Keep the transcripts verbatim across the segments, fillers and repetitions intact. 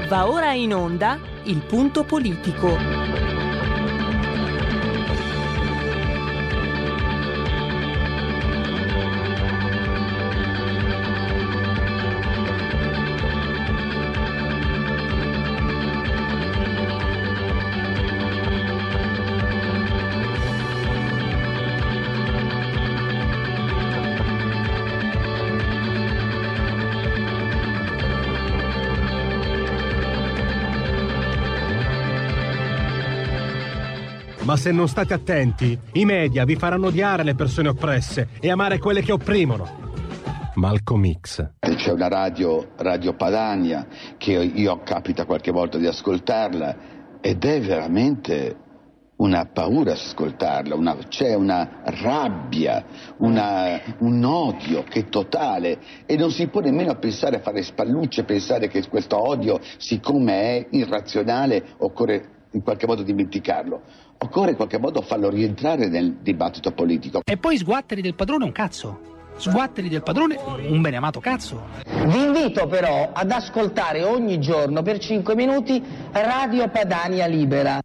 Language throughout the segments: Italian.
Va ora in onda Il Punto Politico. Ma se non state attenti, i media vi faranno odiare le persone oppresse e amare quelle che opprimono. Malcolm X. C'è una radio, Radio Padania, che io capita qualche volta di ascoltarla ed è veramente una paura ascoltarla, una, c'è una rabbia, una, un odio che è totale e non si può nemmeno pensare a fare spallucce, pensare che questo odio, siccome è irrazionale, occorre in qualche modo dimenticarlo. Occorre in qualche modo farlo rientrare nel dibattito politico. E poi sguatteri del padrone un cazzo. Sguatteri del padrone un beneamato cazzo. Vi invito però ad ascoltare ogni giorno per cinque minuti Radio Padania Libera.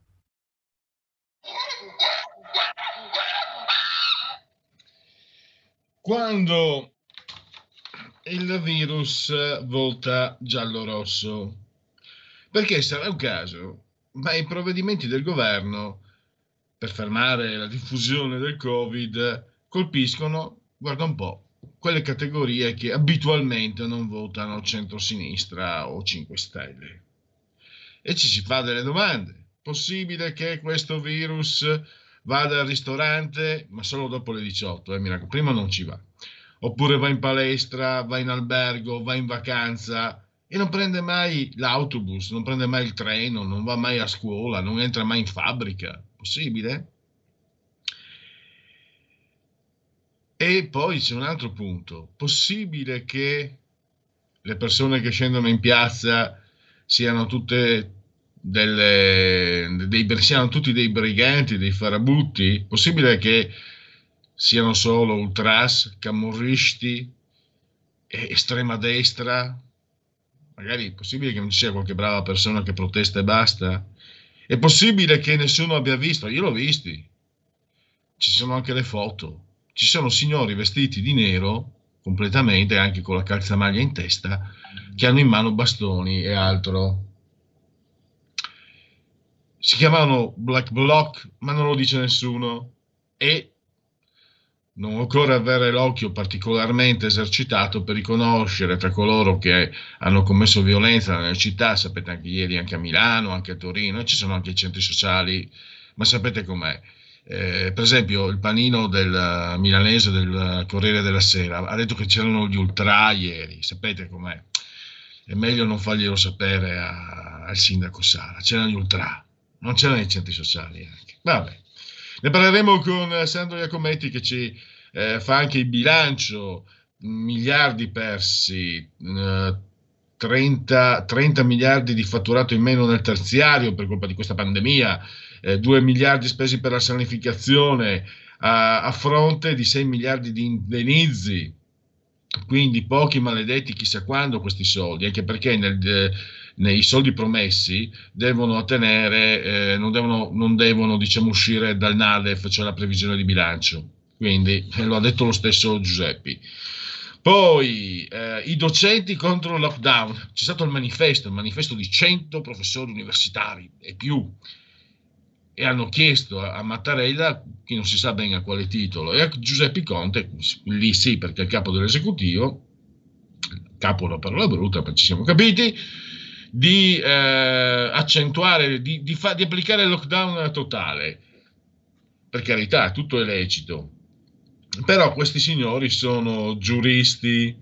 Quando il virus volta giallo-rosso, perché sarà un caso, ma i provvedimenti del governo per fermare la diffusione del Covid colpiscono, guarda un po', quelle categorie che abitualmente non votano centrosinistra o cinque Stelle. E ci si fa delle domande. Possibile che questo virus vada al ristorante, ma solo dopo le diciotto, eh, mi raccomando, prima non ci va. Oppure va in palestra, va in albergo, va in vacanza e non prende mai l'autobus, non prende mai il treno, non va mai a scuola, non entra mai in fabbrica. Possibile? E poi c'è un altro punto. Possibile che le persone che scendono in piazza siano tutte delle, dei, siano tutti dei briganti, dei farabutti? Possibile che siano solo ultras, camorristi, estrema destra? Magari è possibile che non ci sia qualche brava persona che protesta e basta? È possibile che nessuno abbia visto? Io l'ho visti. Ci sono anche le foto. Ci sono signori vestiti di nero, completamente, anche con la calzamaglia in testa, che hanno in mano bastoni e altro. Si chiamano Black Bloc, ma non lo dice nessuno. E non occorre avere l'occhio particolarmente esercitato per riconoscere tra coloro che hanno commesso violenza nelle città, sapete anche ieri, anche a Milano, anche a Torino, e ci sono anche i centri sociali, ma sapete com'è. Eh, per esempio il panino del milanese del Corriere della Sera ha detto che c'erano gli ultra ieri, sapete com'è. È meglio non farglielo sapere a, al sindaco Sala, c'erano gli ultra, non c'erano i centri sociali anche. Vabbè. Ne parleremo con Sandro Iacometti che ci eh, fa anche il bilancio, miliardi persi, eh, trenta, trenta miliardi di fatturato in meno nel terziario per colpa di questa pandemia, eh, due miliardi spesi per la sanificazione a, a fronte di sei miliardi di indennizzi, quindi pochi maledetti chissà quando questi soldi, anche perché nel... Eh, nei soldi promessi devono ottenere, eh, non devono, non devono diciamo uscire dal NADEF, cioè la previsione di bilancio, quindi eh, lo ha detto lo stesso Giuseppi. Poi eh, i docenti contro il lockdown, c'è stato il manifesto, il manifesto di cento professori universitari e più, e hanno chiesto a Mattarella, che non si sa bene a quale titolo, e a Giuseppe Conte, lì sì perché è il capo dell'esecutivo, capo è una parola brutta, ma ci siamo capiti, di eh, accentuare, di, di, fa, di applicare il lockdown totale. Per carità, tutto è lecito, però questi signori sono giuristi,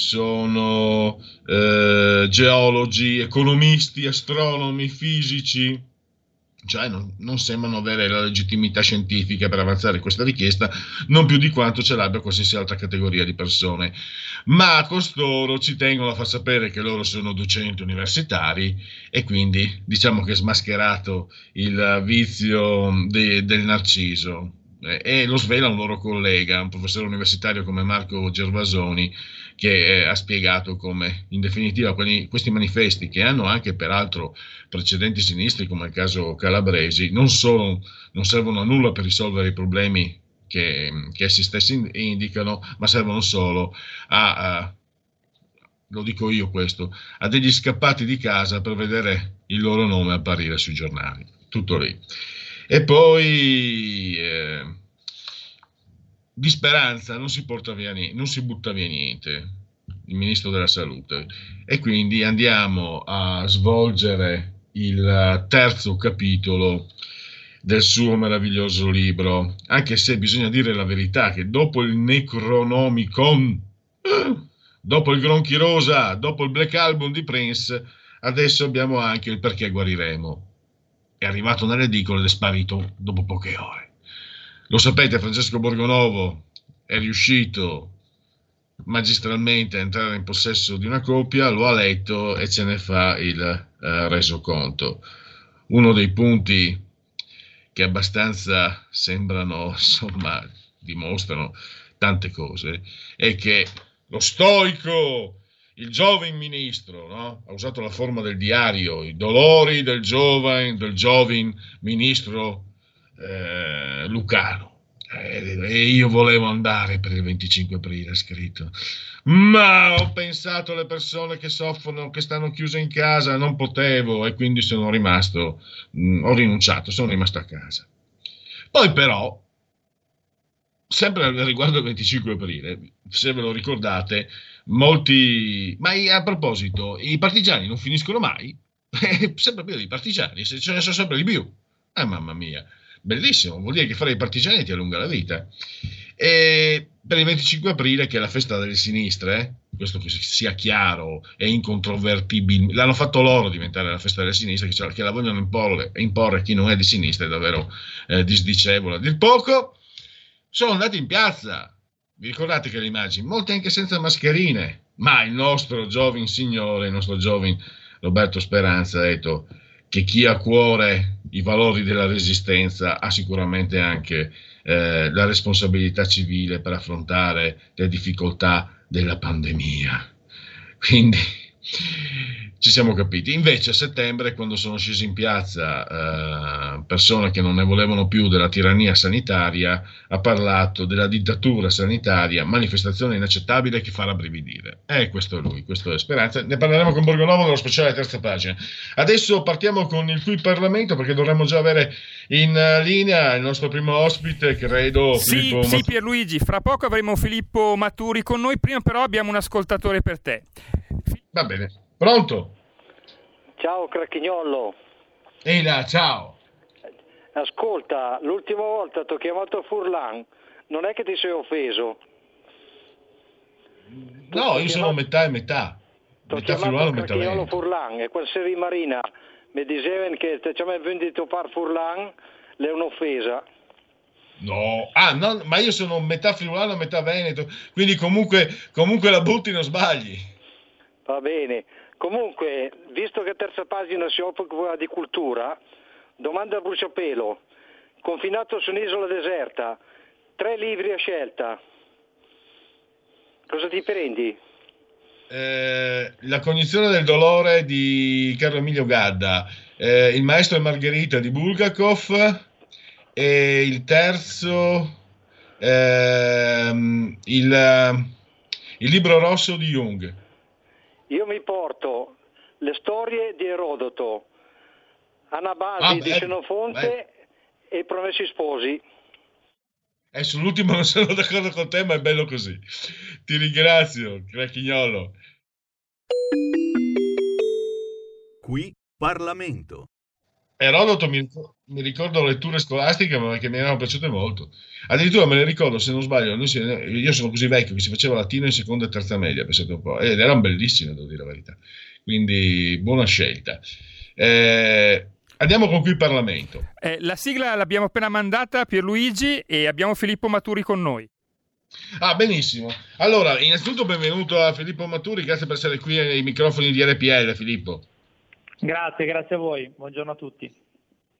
sono eh, geologi, economisti, astronomi, fisici, cioè non, non sembrano avere la legittimità scientifica per avanzare questa richiesta, non più di quanto ce l'abbia qualsiasi altra categoria di persone. Ma costoro ci tengono a far sapere che loro sono docenti universitari e quindi diciamo che è smascherato il vizio de, del narciso. eh, e lo svela un loro collega, un professore universitario come Marco Gervasoni, che eh, ha spiegato come in definitiva quelli, questi manifesti, che hanno anche peraltro precedenti sinistri come il caso Calabresi, non solo non servono a nulla per risolvere i problemi che, che essi stessi indicano, ma servono solo a, a lo dico io questo, a degli scappati di casa per vedere il loro nome apparire sui giornali, tutto lì. E poi eh, di Speranza non si porta via niente, non si butta via niente, il ministro della salute, e quindi andiamo a svolgere il terzo capitolo del suo meraviglioso libro, anche se bisogna dire la verità che dopo il Necronomicon, dopo il Gronchi Rosa, dopo il Black Album di Prince, adesso abbiamo anche il Perché guariremo. È arrivato nelle edicole ed è sparito dopo poche ore. Lo sapete, Francesco Borgonovo è riuscito magistralmente a entrare in possesso di una copia, lo ha letto e ce ne fa il eh, resoconto. Uno dei punti che abbastanza sembrano, insomma, dimostrano tante cose, è che lo stoico, il giovane ministro, no? Ha usato la forma del diario, i dolori del giovane, del giovin ministro eh, Lucano. Eh, e io volevo andare per il venticinque aprile, ha scritto, ma ho pensato alle persone che soffrono, che stanno chiuse in casa, non potevo, e quindi sono rimasto, mh, ho rinunciato, sono rimasto a casa. Poi però, sempre riguardo al venticinque aprile, se ve lo ricordate, molti... Ma a proposito, i partigiani non finiscono mai? Sempre più dei partigiani, ce ne sono sempre di più. Eh, mamma mia, bellissimo, vuol dire che fare i partigiani ti allunga la vita. E per il venticinque aprile, che è la festa delle sinistre, questo che sia chiaro e incontrovertibile, l'hanno fatto loro diventare la festa delle sinistre, che, che la vogliono imporre, imporre chi non è di sinistra, è davvero eh, disdicevole a dir poco. Sono andati in piazza, vi ricordate che le immagini? Molti anche senza mascherine, ma il nostro giovane signore, il nostro giovane Roberto Speranza ha detto che chi ha a cuore i valori della resistenza ha sicuramente anche eh, la responsabilità civile per affrontare le difficoltà della pandemia. Quindi ci siamo capiti. Invece a settembre, quando sono scesi in piazza eh, persone che non ne volevano più della tirannia sanitaria, ha parlato della dittatura sanitaria, manifestazione inaccettabile che fa rabbrividire. E eh, questo è lui, questo è Speranza. Ne parleremo con Borgonovo nello speciale terza pagina. Adesso partiamo con il Qui Parlamento, perché dovremmo già avere in linea il nostro primo ospite, credo. Sì, Filippo sì Mat- Pierluigi, fra poco avremo Filippo Maturi con noi, prima però abbiamo un ascoltatore per te. Va bene. Pronto? Ciao Cracchignolo. Ehi là, ciao. Ascolta, l'ultima volta ti ho chiamato Furlan, non è che ti sei offeso? No, io sono metà e metà. Ti ho Metà chiamato friulano, metà Cracchignolo veneto. Furlan, e quando sei in Marina mi dicevano che ti ci venuto par Furlan, è un'offesa. No, ah, no, ma io sono metà friulano, metà veneto, quindi comunque, comunque la butti non sbagli. Va bene. Comunque, visto che terza pagina si occupa di cultura, domanda a bruciapelo. Confinato su un'isola deserta, tre libri a scelta. Cosa ti prendi? Eh, la cognizione del dolore di Carlo Emilio Gadda, eh, Il maestro e Margherita di Bulgakov, e il terzo, ehm, il, il libro rosso di Jung. Io mi porto le storie di Erodoto, Anabasi Ah, di beh, Xenofonte beh. e Promessi Sposi. Eh, sull'ultimo non sono d'accordo con te, ma è bello così. Ti ringrazio, Cracchignolo. Qui Parlamento. Erodoto mi, mi ricordo letture scolastiche ma che mi erano piaciute molto. Addirittura me le ricordo, se non sbaglio, noi si, io sono così vecchio che si faceva latino in seconda e terza media, pensate un po', ed erano bellissime, devo dire la verità. Quindi buona scelta. Eh, andiamo con Qui Parlamento. Eh, la sigla l'abbiamo appena mandata, Pierluigi, e abbiamo Filippo Maturi con noi. Ah, benissimo. Allora, innanzitutto benvenuto a Filippo Maturi, grazie per essere qui ai microfoni di R P L, Filippo. Grazie, grazie a voi, buongiorno a tutti.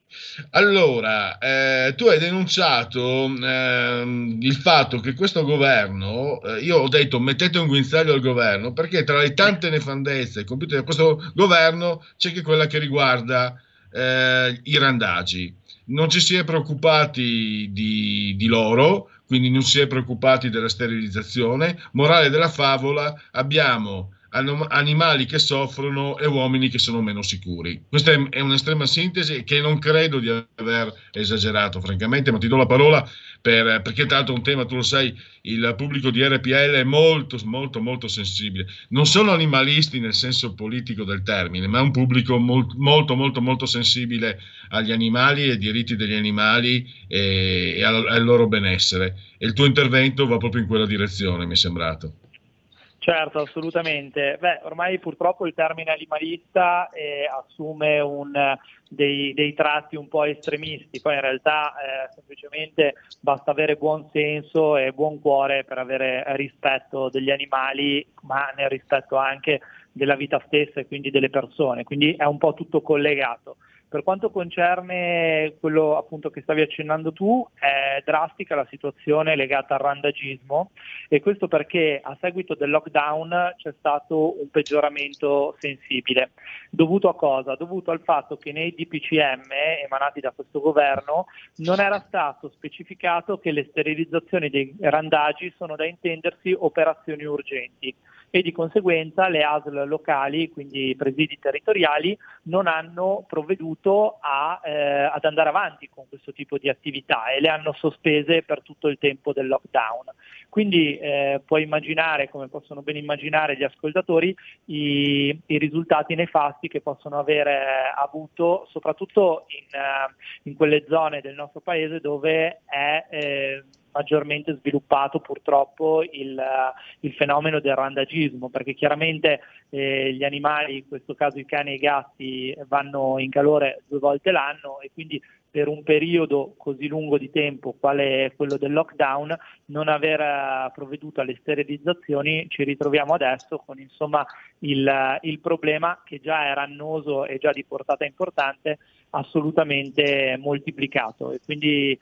Allora, eh, tu hai denunciato eh, il fatto che questo governo, eh, io ho detto mettete un guinzaglio al governo, perché tra le tante nefandezze compiute da questo governo c'è che quella che riguarda eh, i randagi. Non ci si è preoccupati di, di loro, quindi non si è preoccupati della sterilizzazione. Morale della favola, abbiamo animali che soffrono e uomini che sono meno sicuri. Questa è un'estrema sintesi che non credo di aver esagerato, francamente, ma ti do la parola per, perché tra l'altro è un tema, tu lo sai, il pubblico di R P L è molto, molto, molto sensibile. Non sono animalisti nel senso politico del termine, ma è un pubblico molto, molto, molto, molto sensibile agli animali e ai diritti degli animali e, e al, al loro benessere. E il tuo intervento va proprio in quella direzione, mi è sembrato. Certo, assolutamente. Beh, ormai purtroppo il termine animalista eh, assume un, dei, dei tratti un po' estremisti, poi in realtà eh, semplicemente basta avere buon senso e buon cuore per avere rispetto degli animali, ma nel rispetto anche della vita stessa e quindi delle persone, quindi è un po' tutto collegato. Per quanto concerne quello appunto che stavi accennando tu, è drastica la situazione legata al randagismo, e questo perché a seguito del lockdown c'è stato un peggioramento sensibile. Dovuto a cosa? Dovuto al fatto che nei D P C M emanati da questo governo non era stato specificato che le sterilizzazioni dei randagi sono da intendersi operazioni urgenti, e di conseguenza le A S L locali, quindi i presidi territoriali, non hanno provveduto a, eh, ad andare avanti con questo tipo di attività e le hanno sospese per tutto il tempo del lockdown. Quindi eh, puoi immaginare, come possono ben immaginare gli ascoltatori, i, i risultati nefasti che possono avere avuto, soprattutto in, uh, in quelle zone del nostro paese dove è eh, maggiormente sviluppato purtroppo il, il fenomeno del randagismo, perché chiaramente eh, gli animali, in questo caso i cani e i gatti, vanno in calore due volte l'anno, e quindi per un periodo così lungo di tempo quale è quello del lockdown, non aver provveduto alle sterilizzazioni, ci ritroviamo adesso con insomma il, il problema, che già era annoso e già di portata importante, assolutamente moltiplicato. E quindi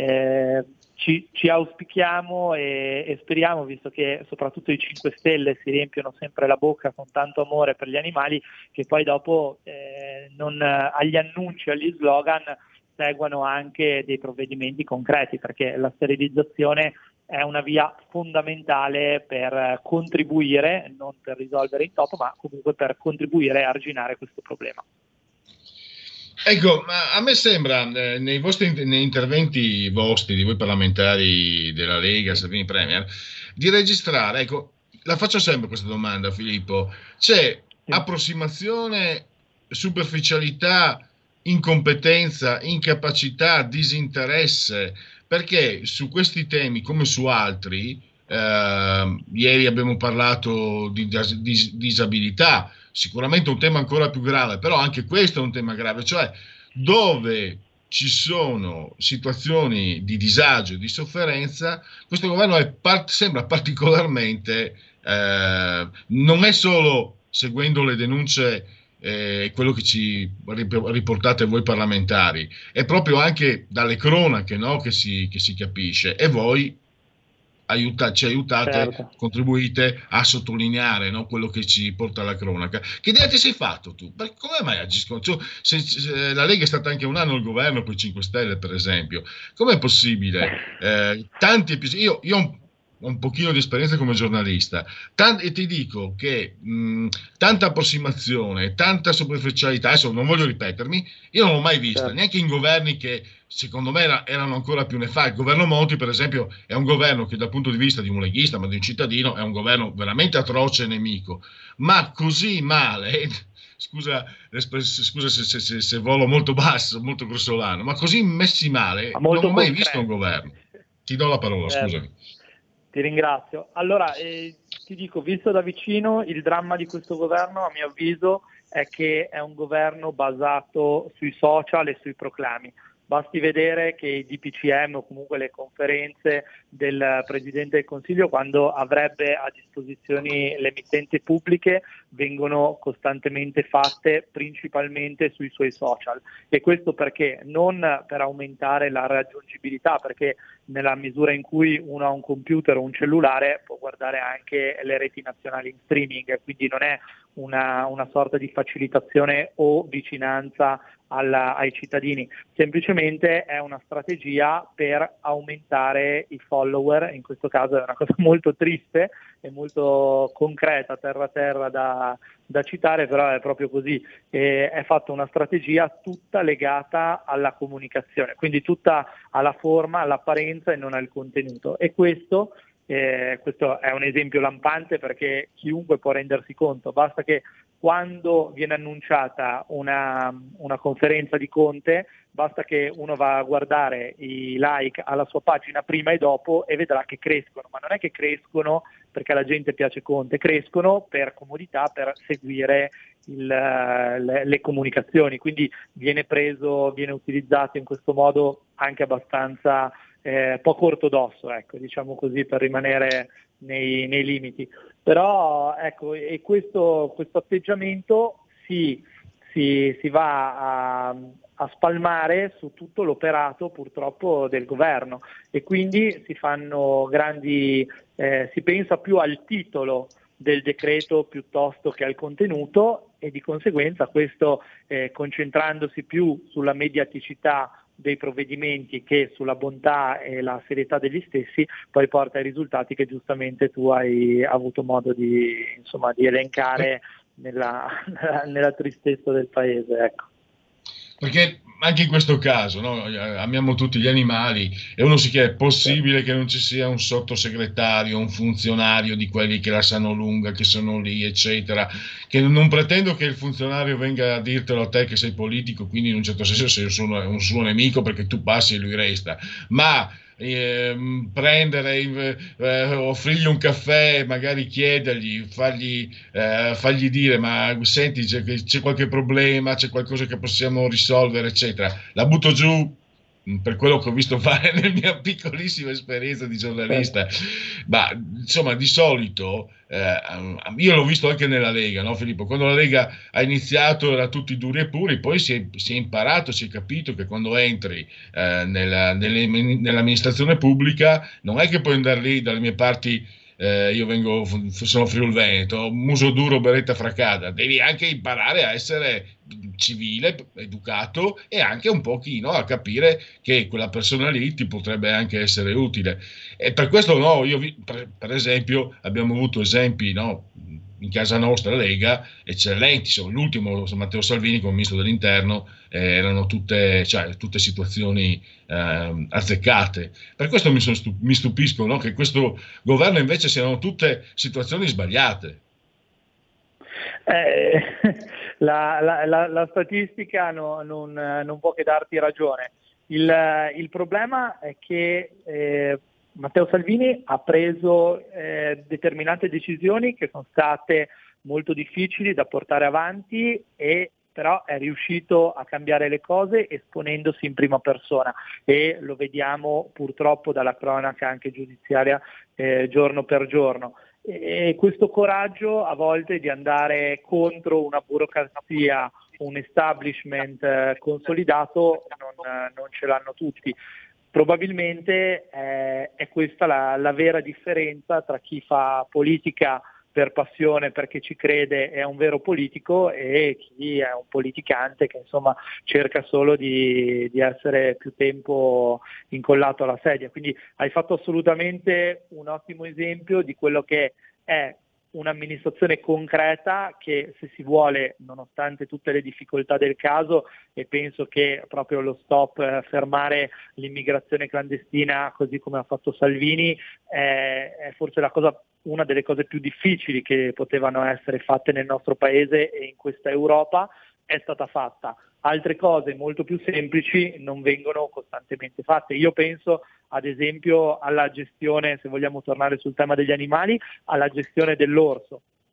eh, ci, ci auspichiamo e, e speriamo, visto che soprattutto i cinque Stelle si riempiono sempre la bocca con tanto amore per gli animali, che poi dopo eh, non, agli annunci, agli slogan seguano anche dei provvedimenti concreti, perché la sterilizzazione è una via fondamentale per contribuire, non per risolvere in toto, ma comunque per contribuire a arginare questo problema. Ecco, ma a me sembra, eh, nei vostri nei interventi vostri, di voi parlamentari della Lega, Salvini Premier, di registrare, ecco, la faccio sempre questa domanda, Filippo, c'è approssimazione, superficialità, incompetenza, incapacità, disinteresse, perché su questi temi come su altri, eh, ieri abbiamo parlato di dis- disabilità, sicuramente un tema ancora più grave, però anche questo è un tema grave, cioè dove ci sono situazioni di disagio e di sofferenza, questo governo è part- sembra particolarmente, eh, non è solo seguendo le denunce, eh, quello che ci riportate voi parlamentari, è proprio anche dalle cronache, no, che si, che si capisce, e voi aiuta, ci aiutate, certo, contribuite a sottolineare, no, quello che ci porta alla cronaca. Che idea ti sei fatto tu? Perché come mai agiscono? Cioè, se, se la Lega è stata anche un anno al governo con i cinque Stelle, per esempio, com'è possibile? Eh, tanti episodi, io, io ho un pochino di esperienza come giornalista, tant- e ti dico che mh, tanta approssimazione, tanta superficialità, adesso non voglio ripetermi, io non l'ho mai vista, certo, neanche in governi che secondo me era, erano ancora più nefasti. Il governo Monti, per esempio, è un governo che dal punto di vista di un leghista, ma di un cittadino, è un governo veramente atroce e nemico, ma così male, scusa, scusa se, se, se, se volo molto basso, molto grossolano, ma così messi male non ho mai visto un governo. Ti do la parola, certo, scusami. Ti ringrazio. Allora, eh, ti dico, visto da vicino, il dramma di questo governo, a mio avviso, è che è un governo basato sui social e sui proclami. Basti vedere che i D P C M o comunque le conferenze del Presidente del Consiglio, quando avrebbe a disposizione le emittenti pubbliche, vengono costantemente fatte principalmente sui suoi social. E questo perché? Non per aumentare la raggiungibilità, perché nella misura in cui uno ha un computer o un cellulare può guardare anche le reti nazionali in streaming, quindi non è una, una sorta di facilitazione o vicinanza alla, ai cittadini, semplicemente è una strategia per aumentare i follower. In questo caso è una cosa molto triste e molto concreta, terra a terra da, da citare, però è proprio così. E è fatta una strategia tutta legata alla comunicazione, quindi tutta alla forma, all'apparenza e non al contenuto. E questo Eh, questo è un esempio lampante, perché chiunque può rendersi conto, basta che quando viene annunciata una, una conferenza di Conte, basta che uno va a guardare i like alla sua pagina prima e dopo e vedrà che crescono, ma non è che crescono perché alla gente piace Conte, crescono per comodità, per seguire il, le, le comunicazioni, quindi viene preso, viene utilizzato in questo modo anche abbastanza Eh, poco ortodosso, ecco, diciamo così, per rimanere nei, nei limiti. Però ecco, e questo, questo atteggiamento si, si, si va a, a spalmare su tutto l'operato purtroppo del governo, e quindi si fanno grandi, eh, si pensa più al titolo del decreto piuttosto che al contenuto, e di conseguenza questo, eh, concentrandosi più sulla mediaticità dei provvedimenti che sulla bontà e la serietà degli stessi, poi porta ai risultati che giustamente tu hai avuto modo di, insomma, di elencare nella, nella tristezza del paese, ecco. Perché anche in questo caso, no, amiamo tutti gli animali e uno si chiede: è possibile che non ci sia un sottosegretario, un funzionario di quelli che la sanno lunga, che sono lì, eccetera, che non pretendo che il funzionario venga a dirtelo a te che sei politico, quindi in un certo senso sei un suo, un suo nemico perché tu passi e lui resta, ma Eh, prendere, eh, offrirgli un caffè, magari chiedergli, fargli, eh, fargli dire: ma senti, c'è, c'è qualche problema, c'è qualcosa che possiamo risolvere, eccetera. La butto giù per quello che ho visto fare nella mia piccolissima esperienza di giornalista, ma insomma di solito eh, io l'ho visto anche nella Lega, no Filippo? Quando la Lega ha iniziato era tutti duri e puri, poi si è, si è imparato, si è capito che quando entri eh, nella, nelle, nell'amministrazione pubblica non è che puoi andare lì dalle mie parti. Eh, io vengo, sono Friul Veneto, muso duro, beretta fracata, devi anche imparare a essere civile, educato e anche un pochino a capire che quella persona lì ti potrebbe anche essere utile. E per questo no, io vi, per, per esempio abbiamo avuto esempi, no, in casa nostra Lega eccellenti, sono l'ultimo Matteo Salvini come ministro dell'interno, eh, erano tutte, cioè, tutte situazioni eh, azzeccate. Per questo mi, sono stup- mi stupisco, no, che questo governo invece siano tutte situazioni sbagliate. Eh, la, la, la, la statistica no, non, non può che darti ragione. Il, il problema è che eh, Matteo Salvini ha preso eh, determinate decisioni che sono state molto difficili da portare avanti, e però è riuscito a cambiare le cose esponendosi in prima persona, e lo vediamo purtroppo dalla cronaca anche giudiziaria eh, giorno per giorno. E questo coraggio a volte di andare contro una burocrazia, un establishment eh, consolidato non, non ce l'hanno tutti. Probabilmente eh, è questa la, la vera differenza tra chi fa politica per passione, perché ci crede, è un vero politico, e chi è un politicante che insomma cerca solo di, di essere più tempo incollato alla sedia. Quindi hai fatto assolutamente un ottimo esempio di quello che è un'amministrazione concreta che, se si vuole, nonostante tutte le difficoltà del caso, e penso che proprio lo stop, eh, fermare l'immigrazione clandestina così come ha fatto Salvini, è, è forse la cosa, una delle cose più difficili che potevano essere fatte nel nostro paese e in questa Europa, è stata fatta. Altre cose molto più semplici non vengono costantemente fatte. Io penso ad esempio alla gestione, se vogliamo tornare sul tema degli animali, alla gestione dell'orso.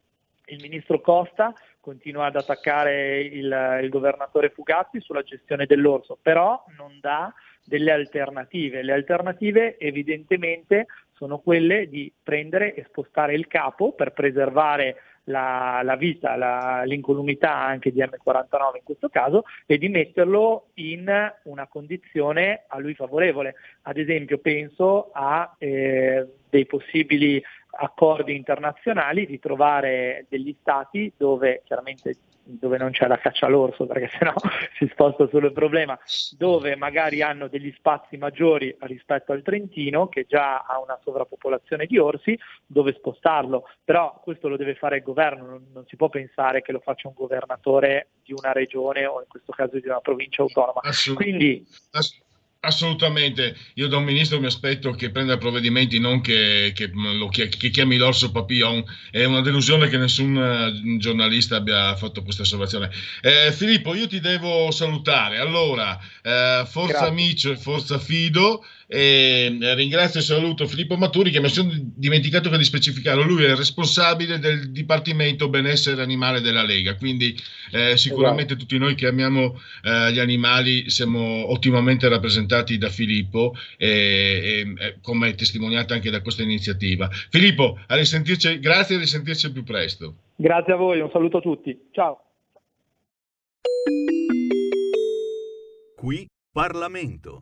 Il ministro Costa continua ad attaccare il, il governatore Fugazzi sulla gestione dell'orso, però non dà delle alternative. Le alternative evidentemente sono quelle di prendere e spostare il capo per preservare la, la vita, la, l'incolumità anche di emme quarantanove in questo caso, e di metterlo in una condizione a lui favorevole. Ad esempio penso a eh, dei possibili accordi internazionali, di trovare degli stati dove chiaramente dove non c'è la caccia all'orso, perché sennò si sposta solo il problema, dove magari hanno degli spazi maggiori rispetto al Trentino, che già ha una sovrappopolazione di orsi, dove spostarlo. Però questo lo deve fare il governo, non, non si può pensare che lo faccia un governatore di una regione o in questo caso di una provincia autonoma. Assolut- Quindi ass- Assolutamente, io da un ministro mi aspetto che prenda provvedimenti, non che, che, lo, che chiami l'orso papillon. È una delusione che nessun uh, giornalista abbia fatto questa osservazione. Eh, Filippo, io ti devo salutare. Allora, eh, forza Grazie. Amici e forza Fido. E ringrazio e saluto Filippo Maturi, che mi sono dimenticato di specificare, lui è il responsabile del Dipartimento Benessere Animale della Lega, quindi eh, sicuramente esatto. Tutti noi che amiamo eh, gli animali siamo ottimamente rappresentati da Filippo, e, e, come testimoniato anche da questa iniziativa. Filippo, a risentirci, grazie e a risentirci più presto. Grazie a voi, un saluto a tutti, ciao. Qui Parlamento.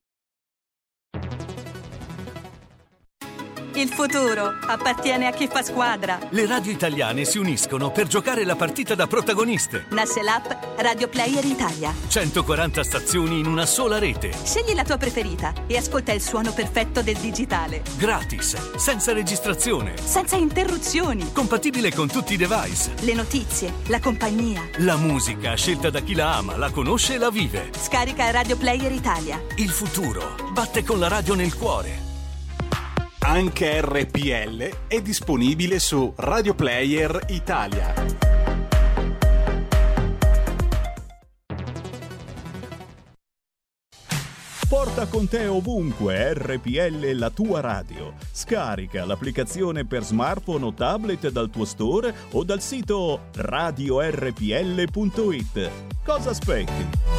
Il futuro appartiene a chi fa squadra. Le radio italiane si uniscono per giocare la partita da protagoniste. Nasce l'app Radio Player Italia. centoquaranta stazioni in una sola rete. Scegli la tua preferita e ascolta il suono perfetto del digitale. Gratis, senza registrazione. Senza interruzioni. Compatibile con tutti i device. Le notizie, la compagnia. La musica scelta da chi la ama, la conosce e la vive. Scarica Radio Player Italia. Il futuro batte con la radio nel cuore. Anche R P L è disponibile su Radio Player Italia. Porta con te ovunque R P L, la tua radio. Scarica l'applicazione per smartphone o tablet dal tuo store o dal sito radio r p l punto i t. Cosa aspetti?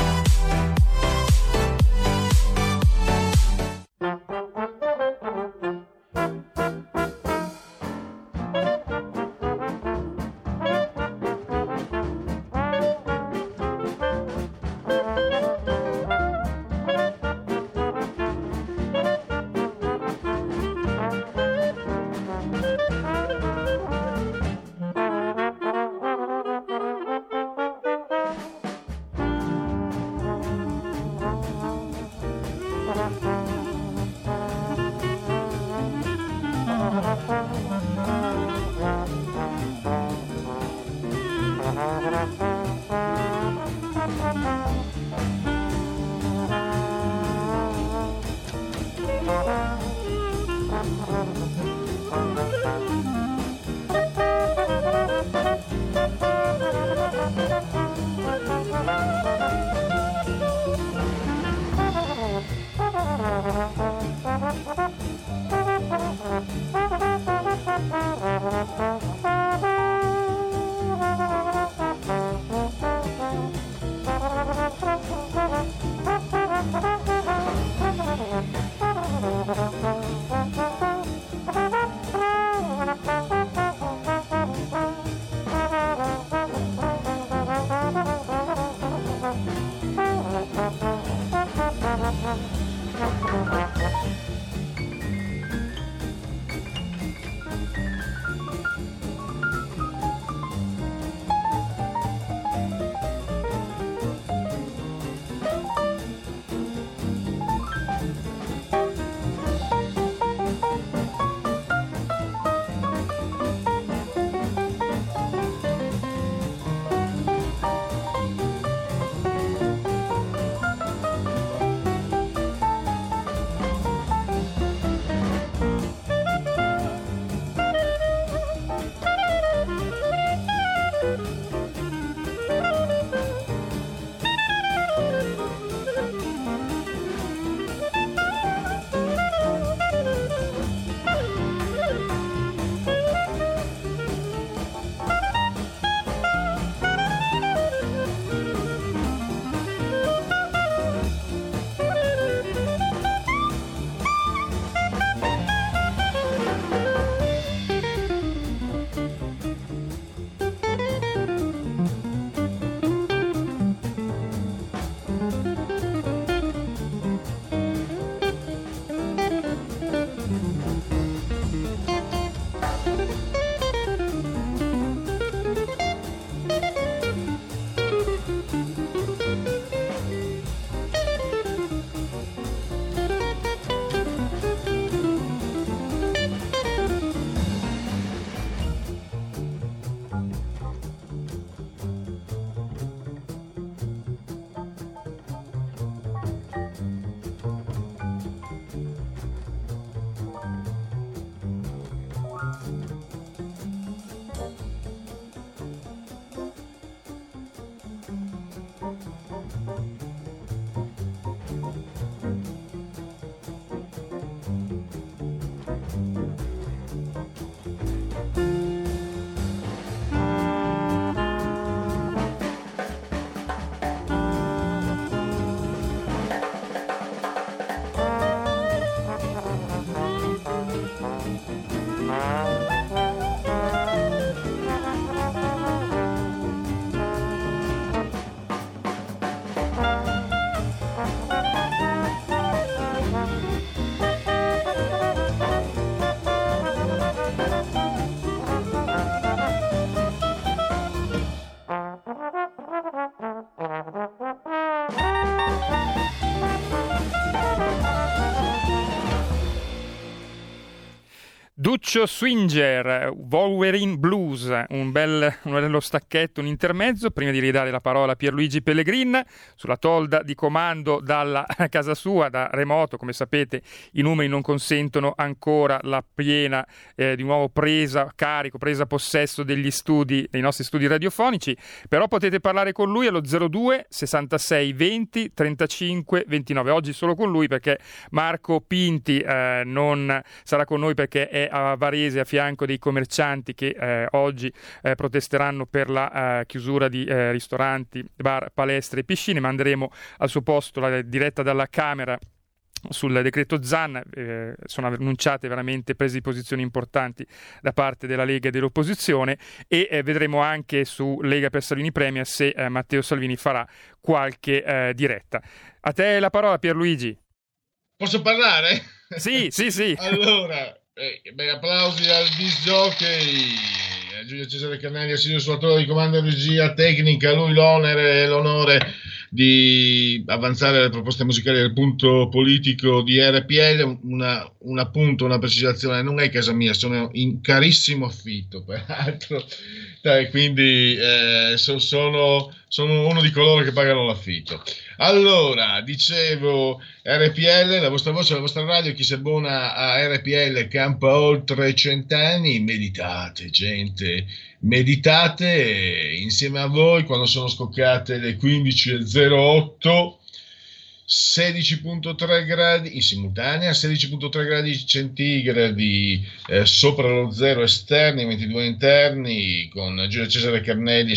Lucio Swinger, Wolverine Blues, un, bel, un bello stacchetto, un intermezzo, prima di ridare la parola a Pierluigi Pellegrin sulla tolda di comando dalla casa sua, da remoto. Come sapete i numeri non consentono ancora la piena, eh, di nuovo presa carico, presa possesso degli studi, dei nostri studi radiofonici, però potete parlare con lui allo zero due sessantasei venti trentacinque ventinove. Oggi solo con lui perché Marco Pinti eh, non sarà con noi perché è a Varese a fianco dei commercianti che eh, oggi eh, protesteranno per la eh, chiusura di eh, ristoranti, bar, palestre e piscine. Manderemo al suo posto la diretta dalla Camera sul decreto Zan. Eh, sono annunciate veramente prese di posizioni importanti da parte della Lega e dell'opposizione, e eh, vedremo anche su Lega per Salvini Premier se eh, Matteo Salvini farà qualche eh, diretta. A te la parola, Pierluigi. Posso parlare? Sì, sì, sì. Allora, eh, beh, applausi al disc jockey, a Giulio Cesare Carnelli, assiduo suatore di comando e regia tecnica, a lui l'onere e l'onore di avanzare le proposte musicali del punto politico di R P L. Una, un appunto, una precisazione: non è casa mia, sono in carissimo affitto peraltro, eh, quindi eh, so, sono, sono uno di coloro che pagano l'affitto. Allora, dicevo, R P L, la vostra voce, la vostra radio. Chi si abbona a R P L campa oltre cent'anni. Meditate, gente, meditate insieme a voi quando sono scoccate le quindici e zero otto, sedici virgola tre gradi in simultanea, sedici virgola tre gradi centigradi eh, sopra lo zero esterni, ventidue interni, con Giulio Cesare Carnelli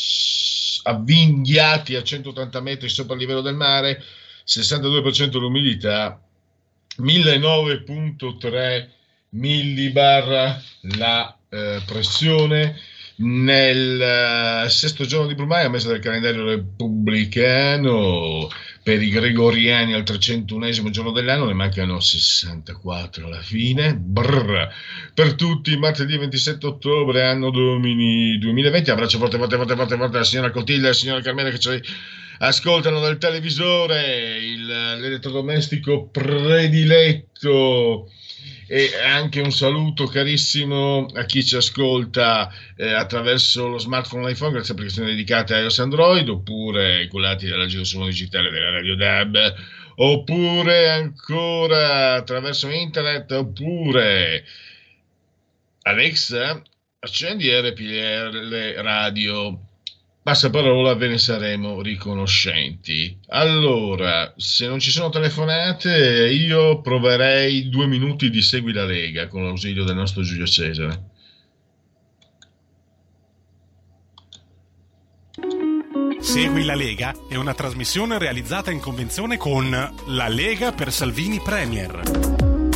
avvinghiati a centottanta metri sopra il livello del mare, sessantadue per cento l'umidità, millenovecento virgola tre millibar la eh, pressione. Nel uh, sesto giorno di Brumaio, mese del calendario repubblicano, per i gregoriani al trecentunesimo giorno dell'anno, ne mancano sessantaquattro alla fine. Brr. Per tutti, martedì ventisette ottobre, anno domini duemilaventi. Abbraccio forte, forte, forte, forte, forte alla signora Cotiglia e alla signora Carmela che ci ascoltano dal televisore, il, l'elettrodomestico prediletto. E anche un saluto carissimo a chi ci ascolta eh, attraverso lo smartphone o l'iPhone, grazie a applicazioni dedicate a iOS Android, oppure cullati dalla Girosuono digitale della Radio D A B, oppure ancora attraverso internet, oppure Alexa, accendi R P L Radio. Passaparola, ve ne saremo riconoscenti. Allora, se non ci sono telefonate, io proverei due minuti di Segui la Lega con l'ausilio del nostro Giulio Cesare. Segui la Lega è una trasmissione realizzata in convenzione con la Lega per Salvini Premier.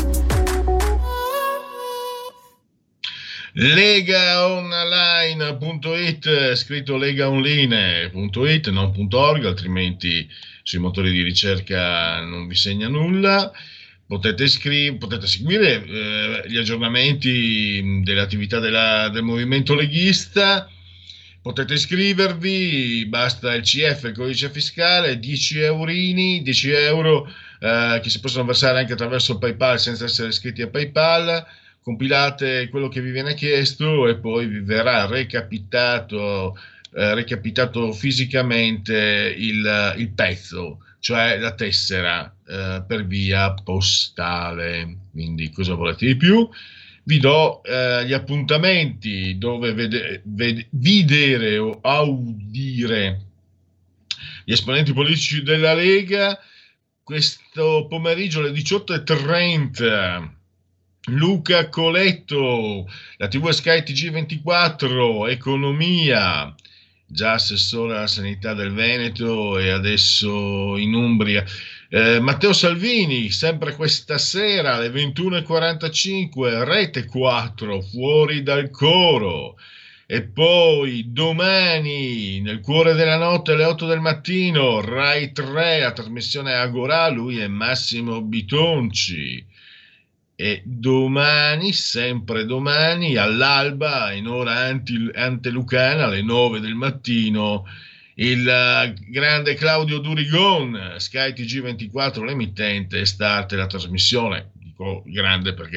legaonline punto it, scritto legaonline punto it, non .org, altrimenti sui motori di ricerca non vi segna nulla. Potete, iscri- potete seguire eh, gli aggiornamenti delle attività della, del movimento leghista. Potete iscrivervi, basta il C F, il codice fiscale, dieci eurini, dieci euro eh, che si possono versare anche attraverso PayPal senza essere iscritti a PayPal. Compilate quello che vi viene chiesto e poi vi verrà recapitato, eh, recapitato fisicamente il, il pezzo, cioè la tessera eh, per via postale. Quindi cosa volete di più? Vi do eh, gli appuntamenti dove vede, vede, vedere o audire gli esponenti politici della Lega. Questo pomeriggio alle diciotto e trenta Luca Coletto, la tivù Sky T G ventiquattro, Economia, già assessore alla sanità del Veneto e adesso in Umbria. Eh, Matteo Salvini, sempre questa sera alle ventuno e quarantacinque, Rete quattro, Fuori dal coro. E poi domani, nel cuore della notte, alle otto del mattino, Rai tre, la trasmissione Agorà, lui è Massimo Bitonci. E domani, sempre domani, all'alba, in ora anti, antelucana, alle nove del mattino, il uh, grande Claudio Durigon, Sky T G ventiquattro, l'emittente, Start la trasmissione. Dico grande perché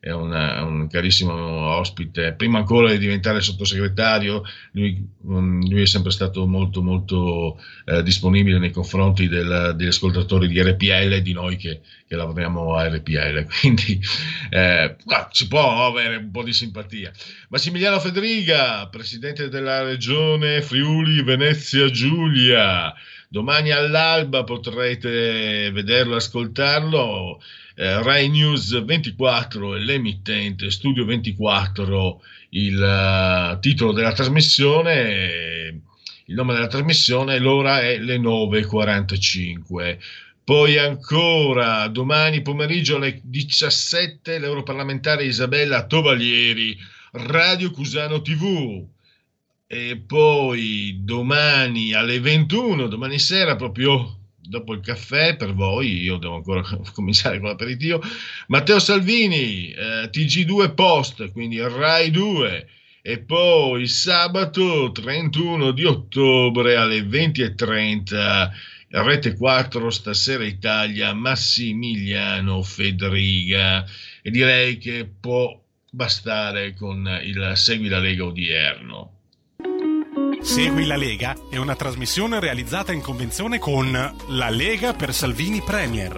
è una, un carissimo ospite. Prima ancora di diventare sottosegretario, lui, lui è sempre stato molto molto eh, disponibile nei confronti del, degli ascoltatori di R P L e di noi che, che lavoriamo a R P L, quindi eh, si può avere un po' di simpatia. Massimiliano Federiga, presidente della regione Friuli Venezia Giulia, domani all'alba potrete vederlo, ascoltarlo. Eh, Rai News ventiquattro è l'emittente, Studio ventiquattro il uh, titolo della trasmissione, il nome della trasmissione, l'ora è le nove e quarantacinque. Poi ancora domani pomeriggio alle diciassette l'europarlamentare Isabella Tovalieri, Radio Cusano tivù. E poi domani alle ventuno, domani sera proprio dopo il caffè per voi, io devo ancora cominciare con l'aperitivo, Matteo Salvini, eh, T G due Post, quindi Rai due, e poi sabato trentuno di ottobre alle venti e trenta Rete quattro Stasera Italia, Massimiliano Federiga, e direi che può bastare con il Segui la Lega odierno. Segui la Lega è una trasmissione realizzata in convenzione con La Lega per Salvini Premier.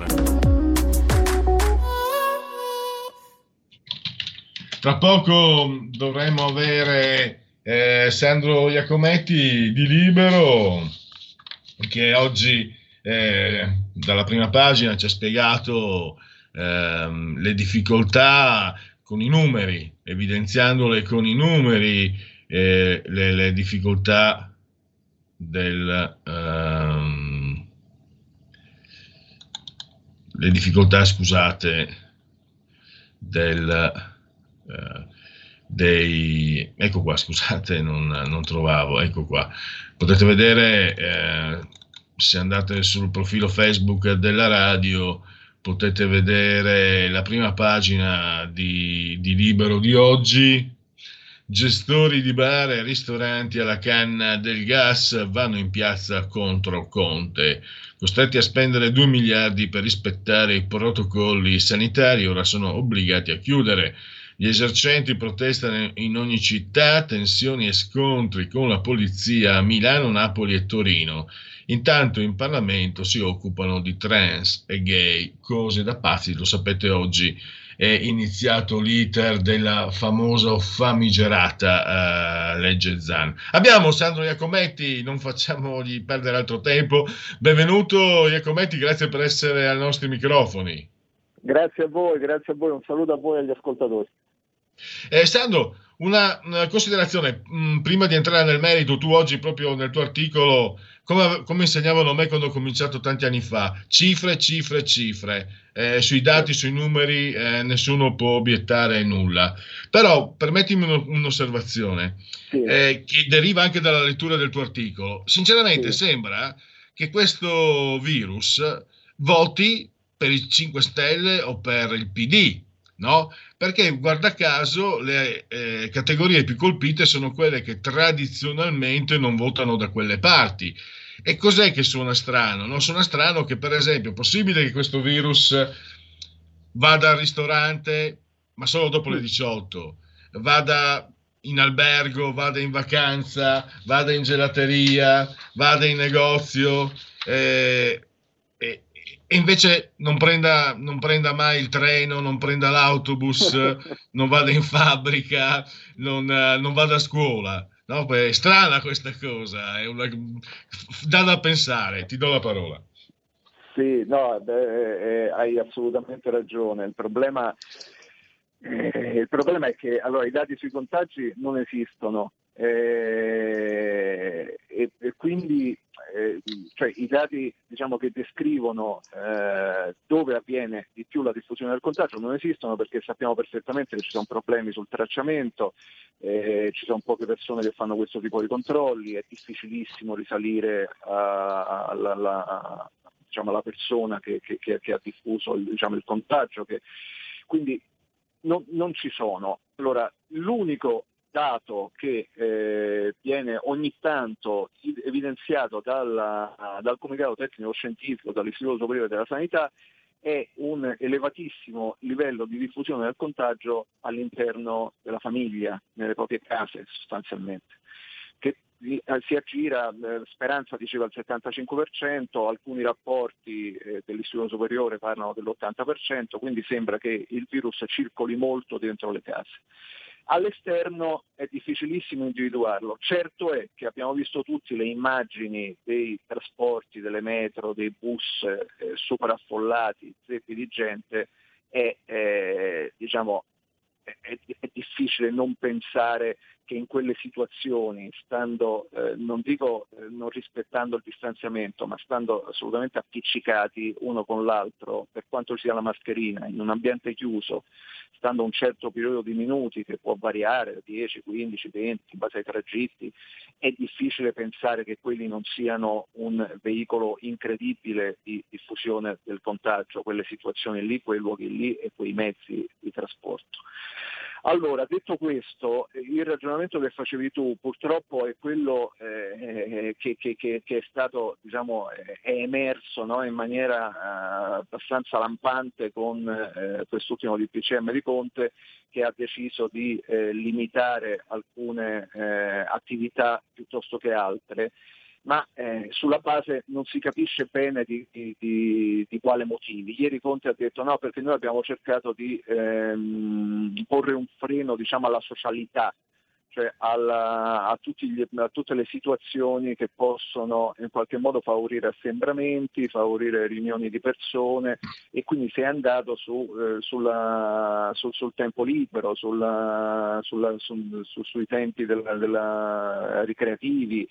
Tra poco dovremo avere eh, Sandro Iacometti di Libero, che oggi eh, dalla prima pagina ci ha spiegato eh, le difficoltà con i numeri, evidenziandole con i numeri. Eh, le, le difficoltà del um, le difficoltà scusate del uh, dei ecco qua scusate non, non trovavo ecco qua potete vedere eh, se andate sul profilo Facebook della radio potete vedere la prima pagina di, di Libero di oggi. Gestori di bar e ristoranti alla canna del gas vanno in piazza contro Conte. Costretti a spendere due miliardi per rispettare i protocolli sanitari, ora sono obbligati a chiudere. Gli esercenti protestano in ogni città, tensioni e scontri con la polizia a Milano, Napoli e Torino. Intanto in Parlamento si occupano di trans e gay, cose da pazzi, lo sapete oggi. È iniziato l'iter della famosa o famigerata uh, legge Zan. Abbiamo Sandro Iacometti, non facciamogli perdere altro tempo. Benvenuto Iacometti, grazie per essere ai nostri microfoni. Grazie a voi, grazie a voi, un saluto a voi e agli ascoltatori. Eh, Sandro, una, una considerazione, mh, prima di entrare nel merito, tu oggi proprio nel tuo articolo, come, come insegnavano a me quando ho cominciato tanti anni fa, cifre, cifre, cifre, eh, sui dati, sui numeri eh, nessuno può obiettare nulla, però permettimi uno, un'osservazione sì. eh, che deriva anche dalla lettura del tuo articolo. Sinceramente sì. Sembra che questo virus voti per i cinque Stelle o per il P D, no? Perché guarda caso le eh, categorie più colpite sono quelle che tradizionalmente non votano da quelle parti. E cos'è che suona strano? No? Suona strano che, per esempio, è possibile che questo virus vada al ristorante, ma solo dopo le diciotto, vada in albergo, vada in vacanza, vada in gelateria, vada in negozio, eh, e, e invece non prenda, non prenda mai il treno, non prenda l'autobus, non vada in fabbrica, non, non vada a scuola. No, beh, è strana questa cosa, è una... dà da pensare, ti do la parola. Sì, no, beh, eh, hai assolutamente ragione. Il problema, eh, il problema è che allora, i dati sui contagi non esistono eh, e, e quindi eh, cioè, i dati diciamo, che descrivono eh, dove avviene di più la diffusione del contagio non esistono, perché sappiamo perfettamente che ci sono problemi sul tracciamento. Eh, ci sono poche persone che fanno questo tipo di controlli, è difficilissimo risalire alla, alla, diciamo, alla persona che, che, che ha diffuso il, diciamo, il contagio, che, quindi non, non ci sono. Allora, l'unico dato che eh, viene ogni tanto evidenziato dalla, dal Comitato Tecnico Scientifico, dall'Istituto Superiore della Sanità, è un elevatissimo livello di diffusione del contagio all'interno della famiglia, nelle proprie case sostanzialmente, che si aggira, eh, Speranza diceva il settantacinque per cento, alcuni rapporti eh, dell'Istituto Superiore parlano dell'ottanta per cento, quindi sembra che il virus circoli molto dentro le case. All'esterno è difficilissimo individuarlo. Certo è che abbiamo visto tutti le immagini dei trasporti, delle metro, dei bus eh, sovraffollati, zeppi di gente, e eh, diciamo è, è difficile non pensare che in quelle situazioni, stando, eh, non dico eh, non rispettando il distanziamento, ma stando assolutamente appiccicati uno con l'altro, per quanto sia la mascherina, in un ambiente chiuso, stando un certo periodo di minuti che può variare, dieci, quindici, venti, in base ai tragitti, è difficile pensare che quelli non siano un veicolo incredibile di diffusione del contagio, quelle situazioni lì, quei luoghi lì e quei mezzi di trasporto. Allora, detto questo, il ragionamento che facevi tu purtroppo è quello eh, che, che, che è stato, diciamo, è emerso, no, in maniera eh, abbastanza lampante con eh, quest'ultimo D P C M di Conte, che ha deciso di eh, limitare alcune eh, attività piuttosto che altre, ma eh, sulla base non si capisce bene di, di, di, di quale motivi. Ieri Conte ha detto no, perché noi abbiamo cercato di ehm, porre un freno, diciamo, alla socialità, cioè alla, a, tutti gli, a tutte le situazioni che possono in qualche modo favorire assembramenti, favorire riunioni di persone, e quindi si è andato su, eh, sulla, sul, sul tempo libero, sulla, sulla, su, su, sui tempi della, della ricreativi,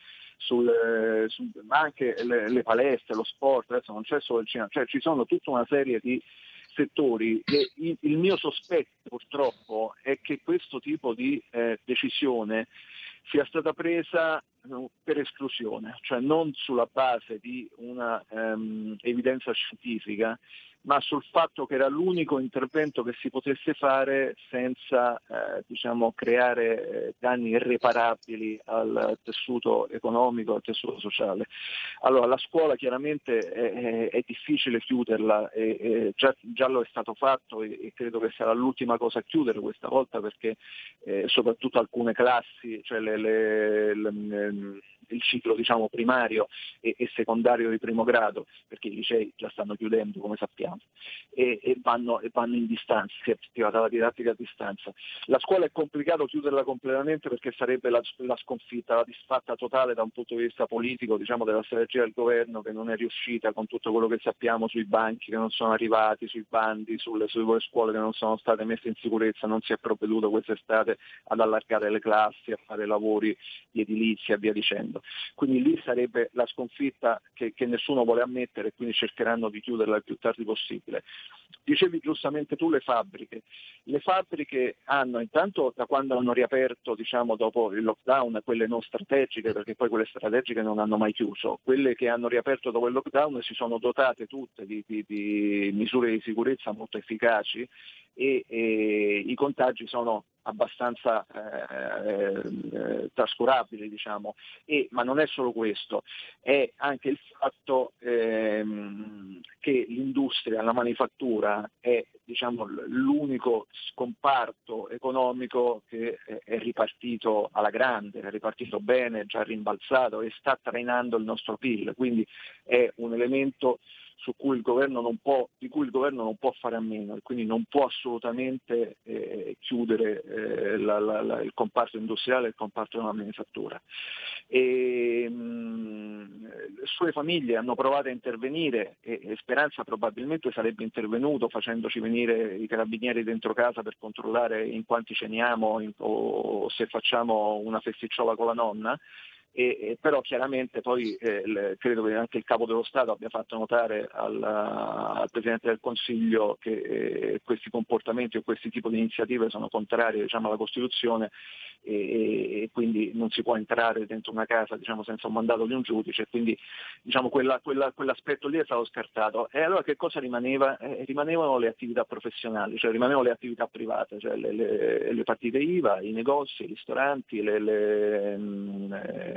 Sul, su, anche le, le palestre, lo sport. Adesso non c'è solo il cinema, cioè ci sono tutta una serie di settori e il, il mio sospetto purtroppo è che questo tipo di eh, decisione sia stata presa eh, per esclusione, cioè non sulla base di una ehm, evidenza scientifica, ma sul fatto che era l'unico intervento che si potesse fare senza eh, diciamo, creare eh, danni irreparabili al tessuto economico, al tessuto sociale. Allora la scuola chiaramente è, è, è difficile chiuderla, e, e già, già lo è stato fatto e, e credo che sarà l'ultima cosa a chiudere questa volta, perché eh, soprattutto alcune classi, cioè le, le, le, le il ciclo, diciamo, primario e, e secondario di primo grado, perché i licei già stanno chiudendo, come sappiamo, e, e, vanno, e vanno in distanza, si è attivata la didattica a distanza. La scuola è complicato chiuderla completamente, perché sarebbe la, la sconfitta, la disfatta totale da un punto di vista politico, diciamo, della strategia del governo, che non è riuscita, con tutto quello che sappiamo sui banchi che non sono arrivati, sui bandi, sulle, sulle scuole che non sono state messe in sicurezza. Non si è provveduto quest'estate ad allargare le classi, a fare lavori di edilizia e via dicendo. Quindi lì sarebbe la sconfitta che, che nessuno vuole ammettere, e quindi cercheranno di chiuderla il più tardi possibile. Dicevi giustamente tu le fabbriche. Le fabbriche hanno, intanto, da quando hanno riaperto, diciamo, dopo il lockdown, quelle non strategiche, perché poi quelle strategiche non hanno mai chiuso, quelle che hanno riaperto dopo il lockdown si sono dotate tutte di, di, di misure di sicurezza molto efficaci, e, e i contagi sono abbastanza eh, eh, trascurabili, diciamo. E, ma non è solo questo, è anche il fatto ehm, che l'industria, la manifattura è, diciamo, l'unico scomparto economico che è ripartito alla grande, è ripartito bene, già rimbalzato, e sta trainando il nostro P I L, quindi è un elemento su cui il governo non può, di cui il governo non può fare a meno, e quindi non può assolutamente eh, chiudere eh, la, la, la, il comparto industriale e il comparto della manifattura. E, mh, le sue famiglie hanno provato a intervenire, e, e Speranza probabilmente sarebbe intervenuto facendoci venire i carabinieri dentro casa per controllare in quanti ceniamo, in, o se facciamo una festicciola con la nonna. E, e però chiaramente poi eh, le, credo che anche il Capo dello Stato abbia fatto notare al, al Presidente del Consiglio che eh, questi comportamenti o questi tipi di iniziative sono contrarie, diciamo, alla Costituzione, e, e quindi non si può entrare dentro una casa, diciamo, senza un mandato di un giudice, quindi, diciamo, quella, quella, quell'aspetto lì è stato scartato. E allora che cosa rimaneva? Eh, rimanevano le attività professionali, cioè rimanevano le attività private, cioè le, le, le partite I V A, i negozi, i ristoranti, le, le,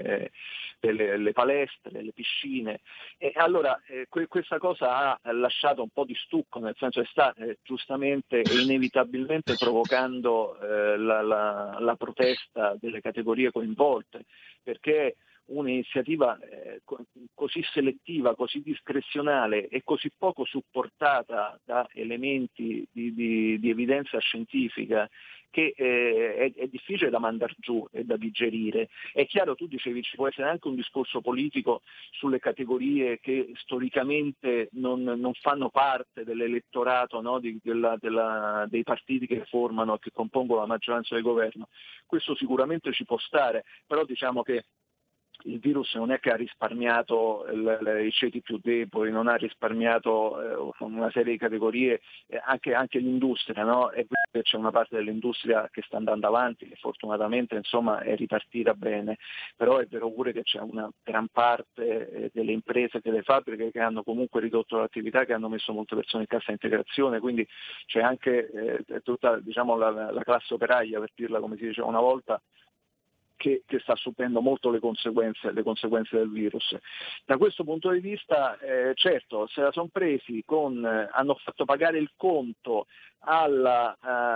le, le, le palestre, le piscine. E allora eh, que- questa cosa ha lasciato un po' di stucco, nel senso che sta eh, giustamente e inevitabilmente provocando eh, la, la, la protesta delle categorie coinvolte, perché un'iniziativa eh, co- così selettiva, così discrezionale e così poco supportata da elementi di, di, di evidenza scientifica che eh, è, è difficile da mandar giù e da digerire. È chiaro, tu dicevi, ci può essere anche un discorso politico sulle categorie che storicamente non, non fanno parte dell'elettorato, no, di, della, della, dei partiti che formano, che compongono la maggioranza del governo. Questo sicuramente ci può stare, però diciamo che il virus non è che ha risparmiato il, il, i ceti più deboli, non ha risparmiato eh, una serie di categorie, eh, anche, anche l'industria, no? È vero che c'è una parte dell'industria che sta andando avanti, che fortunatamente insomma è ripartita bene, però è vero pure che c'è una gran parte eh, delle imprese, delle fabbriche che hanno comunque ridotto l'attività, che hanno messo molte persone in cassa integrazione, quindi c'è anche eh, tutta, diciamo, la, la classe operaia, per dirla come si diceva una volta, Che, che sta subendo molto le conseguenze, le conseguenze del virus. Da questo punto di vista, eh, certo, se la sono presi con, eh, hanno fatto pagare il conto alla,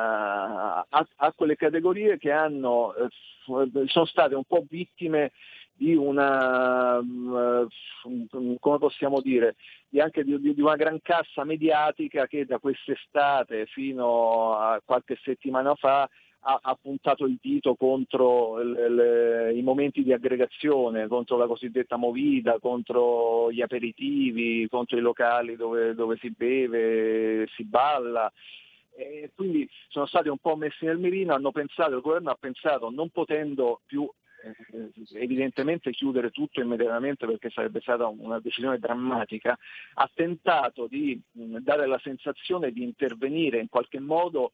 uh, a, a quelle categorie che hanno, eh, sono state un po' vittime di una, uh, come possiamo dire, di anche di, di una gran cassa mediatica che da quest'estate fino a qualche settimana fa ha, ha puntato il dito contro le, le, i momenti di aggregazione, contro la cosiddetta movida, contro gli aperitivi, contro i locali dove, dove si beve, si balla. E quindi sono stati un po' messi nel mirino, hanno pensato, il governo ha pensato, non potendo più eh, evidentemente chiudere tutto immediatamente perché sarebbe stata una decisione drammatica, ha tentato di mh, dare la sensazione di intervenire in qualche modo,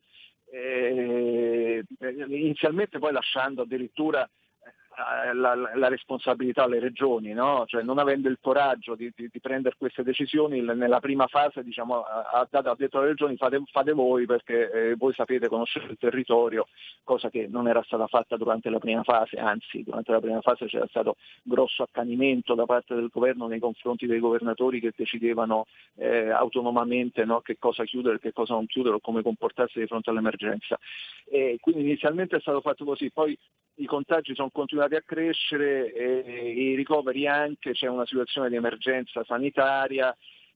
Eh, inizialmente poi lasciando addirittura eh, la, la, la responsabilità alle regioni, no? Cioè non avendo il coraggio di, di, di prendere queste decisioni nella prima fase, diciamo, ha, ha detto alle regioni fate, fate voi perché eh, voi sapete, conoscere il territorio, cosa che non era stata fatta durante la prima fase, anzi durante la prima fase c'era stato grosso accanimento da parte del governo nei confronti dei governatori che decidevano eh, autonomamente, no, che cosa chiudere, che cosa non chiudere o come comportarsi di fronte all'emergenza. E quindi inizialmente è stato fatto così, poi i contagi sono continuati a crescere e, e i ricoveri anche, c'è una situazione di emergenza sanitaria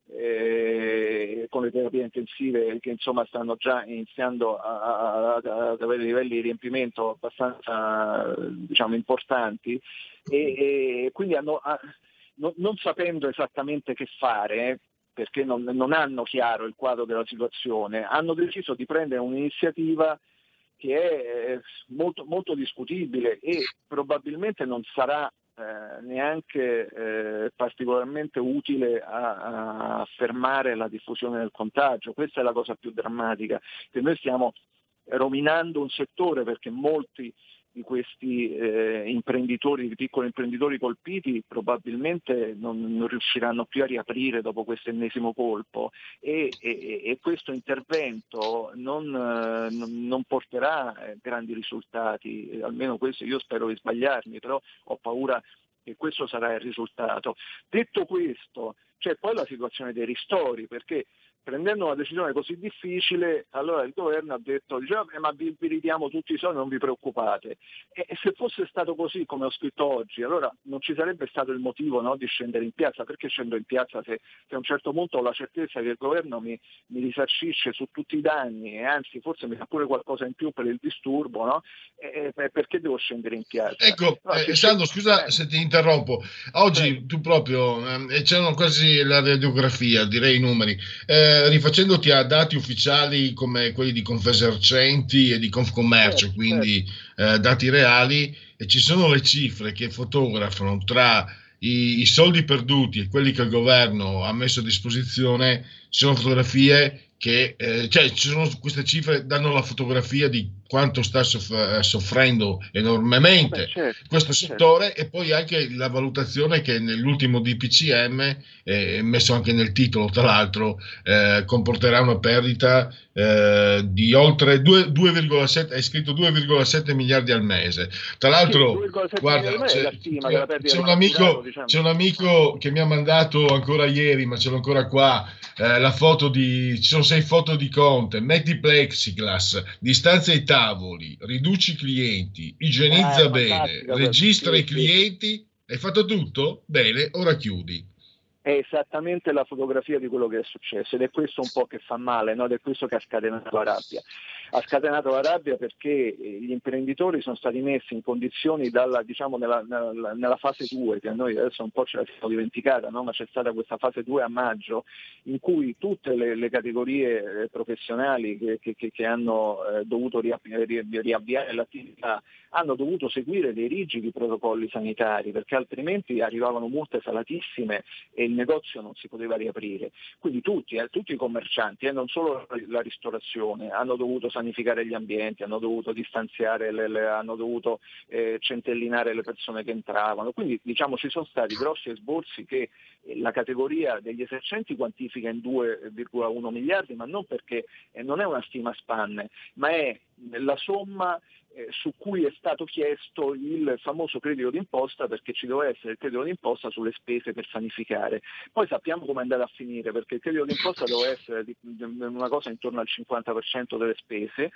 eh, con le terapie intensive che insomma stanno già iniziando a, a, ad avere livelli di riempimento abbastanza, diciamo, importanti e, e quindi hanno, a, non, non sapendo esattamente che fare, perché non, non hanno chiaro il quadro della situazione, hanno deciso di prendere un'iniziativa che è molto, molto discutibile e probabilmente non sarà eh, neanche eh, particolarmente utile a, a fermare la diffusione del contagio. Questa è la cosa più drammatica, che noi stiamo rovinando un settore perché molti di questi eh, imprenditori, di piccoli imprenditori colpiti probabilmente non, non riusciranno più a riaprire dopo questo ennesimo colpo e, e, e questo intervento non, eh, non, non porterà eh, grandi risultati, almeno questo io spero di sbagliarmi, però ho paura che questo sarà il risultato. Detto questo, c'è poi la situazione dei ristori, perché prendendo una decisione così difficile, allora il governo ha detto, diceva, eh, ma vi, vi ridiamo tutti i soldi, non vi preoccupate. E, e se fosse stato così, come ho scritto oggi, allora non ci sarebbe stato il motivo, no, di scendere in piazza. Perché scendo in piazza se, se a un certo punto ho la certezza che il governo mi, mi risarcisce su tutti i danni e anzi forse mi dà pure qualcosa in più per il disturbo, no? E, e perché devo scendere in piazza? Ecco, allora, eh, Sandro, scusa eh. se ti interrompo. Oggi eh. tu proprio, eh, c'erano quasi la radiografia, direi i numeri, eh, rifacendoti a dati ufficiali come quelli di Confesercenti e di Confcommercio, eh, quindi eh. Eh, dati reali, e ci sono le cifre che fotografano tra i, i soldi perduti e quelli che il governo ha messo a disposizione. Ci sono fotografie che eh, cioè ci sono queste cifre, danno la fotografia di quanto sta soff- soffrendo enormemente Beh, certo, questo settore, certo. E poi anche la valutazione che nell'ultimo D P C M, eh, messo anche nel titolo tra l'altro, eh, comporterà una perdita eh, di oltre due virgola sette, è scritto due virgola sette miliardi al mese. Tra l'altro sì, guarda, c'è, c'è, c'è, un amico, diciamo. c'è un amico che mi ha mandato ancora ieri, ma ce l'ho ancora qua, eh, la foto di, ci sono sei foto di Conte: metti plexiglass, distanza i tavoli, riduci i clienti, igienizza eh, bene, registra i clienti, hai fatto tutto? Bene, ora chiudi. È esattamente la fotografia di quello che è successo, ed è questo un po' che fa male, no? Ed è questo che ha scatenato la rabbia. Ha scatenato la rabbia perché gli imprenditori sono stati messi in condizioni dalla, diciamo, nella, nella, nella fase due, che a noi adesso un po' ce la siamo dimenticata, no? Ma c'è stata questa fase due a maggio, in cui tutte le, le categorie professionali che, che, che hanno eh, dovuto riavviare, riavviare l'attività hanno dovuto seguire dei rigidi protocolli sanitari, perché altrimenti arrivavano multe salatissime e il negozio non si poteva riaprire. Quindi tutti, eh, tutti i commercianti, eh, non solo la ristorazione, hanno dovuto sanificare gli ambienti, hanno dovuto distanziare, le, le, hanno dovuto eh, centellinare le persone che entravano. Quindi diciamo ci sono stati grossi esborsi che la categoria degli esercenti quantifica in due virgola uno miliardi, ma non perché eh, non è una stima spanne, ma è la somma Eh, su cui è stato chiesto il famoso credito d'imposta, perché ci doveva essere il credito d'imposta sulle spese per sanificare. Poi sappiamo come è andata a finire, perché il credito d'imposta doveva essere di, di una cosa intorno al cinquanta per cento delle spese,